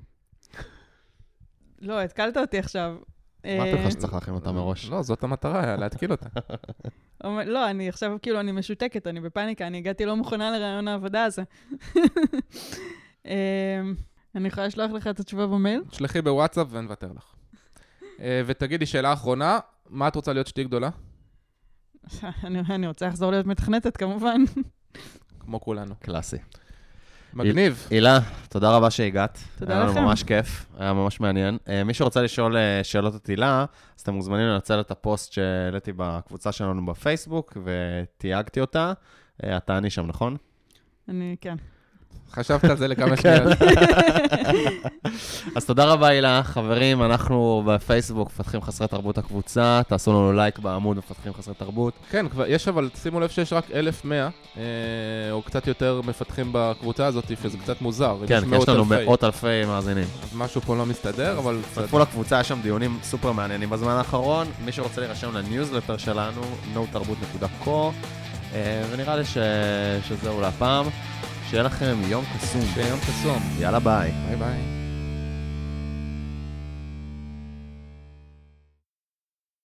לא, התקלת אותי עכשיו. אמרתי לך שצריך להכין אותה מראש. לא, זאת המטרה, להתקיל אותה. לא, אני עכשיו כאילו, אני משותקת, אני בפאניקה, אני הגעתי לא מוכנה לרעיון העבודה הזה. אני יכולה לשלוח לך את התשובה במייל? שלחי בוואטסאפ ונוותר לך. ותגידי, שאלה אחרונה, מה את רוצה להיות שתי גדולה? אני רוצה לחזור להיות מתכנתת, כמובן. כמו כולנו. קלאסי. מגניב. הילה, תודה רבה שהגעת. תודה לכם. היה ממש כיף, היה ממש מעניין. מי שרוצה לשאול שאלות את הילה, אז אתם מוזמנים לנצל את הפוסט שהעליתי בקבוצה שלנו בפייסבוק, ותייגתי אותה. את תעני שם, נכון? אני, כן. חשבת על זה לכמה שניות. אז תודה רבה, הילה. חברים, אנחנו בפייסבוק מפתחים חסרי תרבות הקבוצה, תעשו לנו לייק בעמוד מפתחים חסרי תרבות. כן, יש, אבל שימו לב שיש רק אלף ומאה, או קצת יותר מפתחים בקבוצה הזאת, שזה קצת מוזר. כן, כי יש לנו מאות אלפי מאזינים. אז משהו פה לא מסתדר, אבל... תצטרפו לקבוצה, יש שם דיונים סופר מעניינים בזמן האחרון. מי שרוצה להירשם לניוזלטר שלנו, נו תרבות נקודה קו, ונראה לי שזהו להפעם. שיהיה לכם יום קסום. שיהיה יום קסום. יאללה ביי. ביי ביי.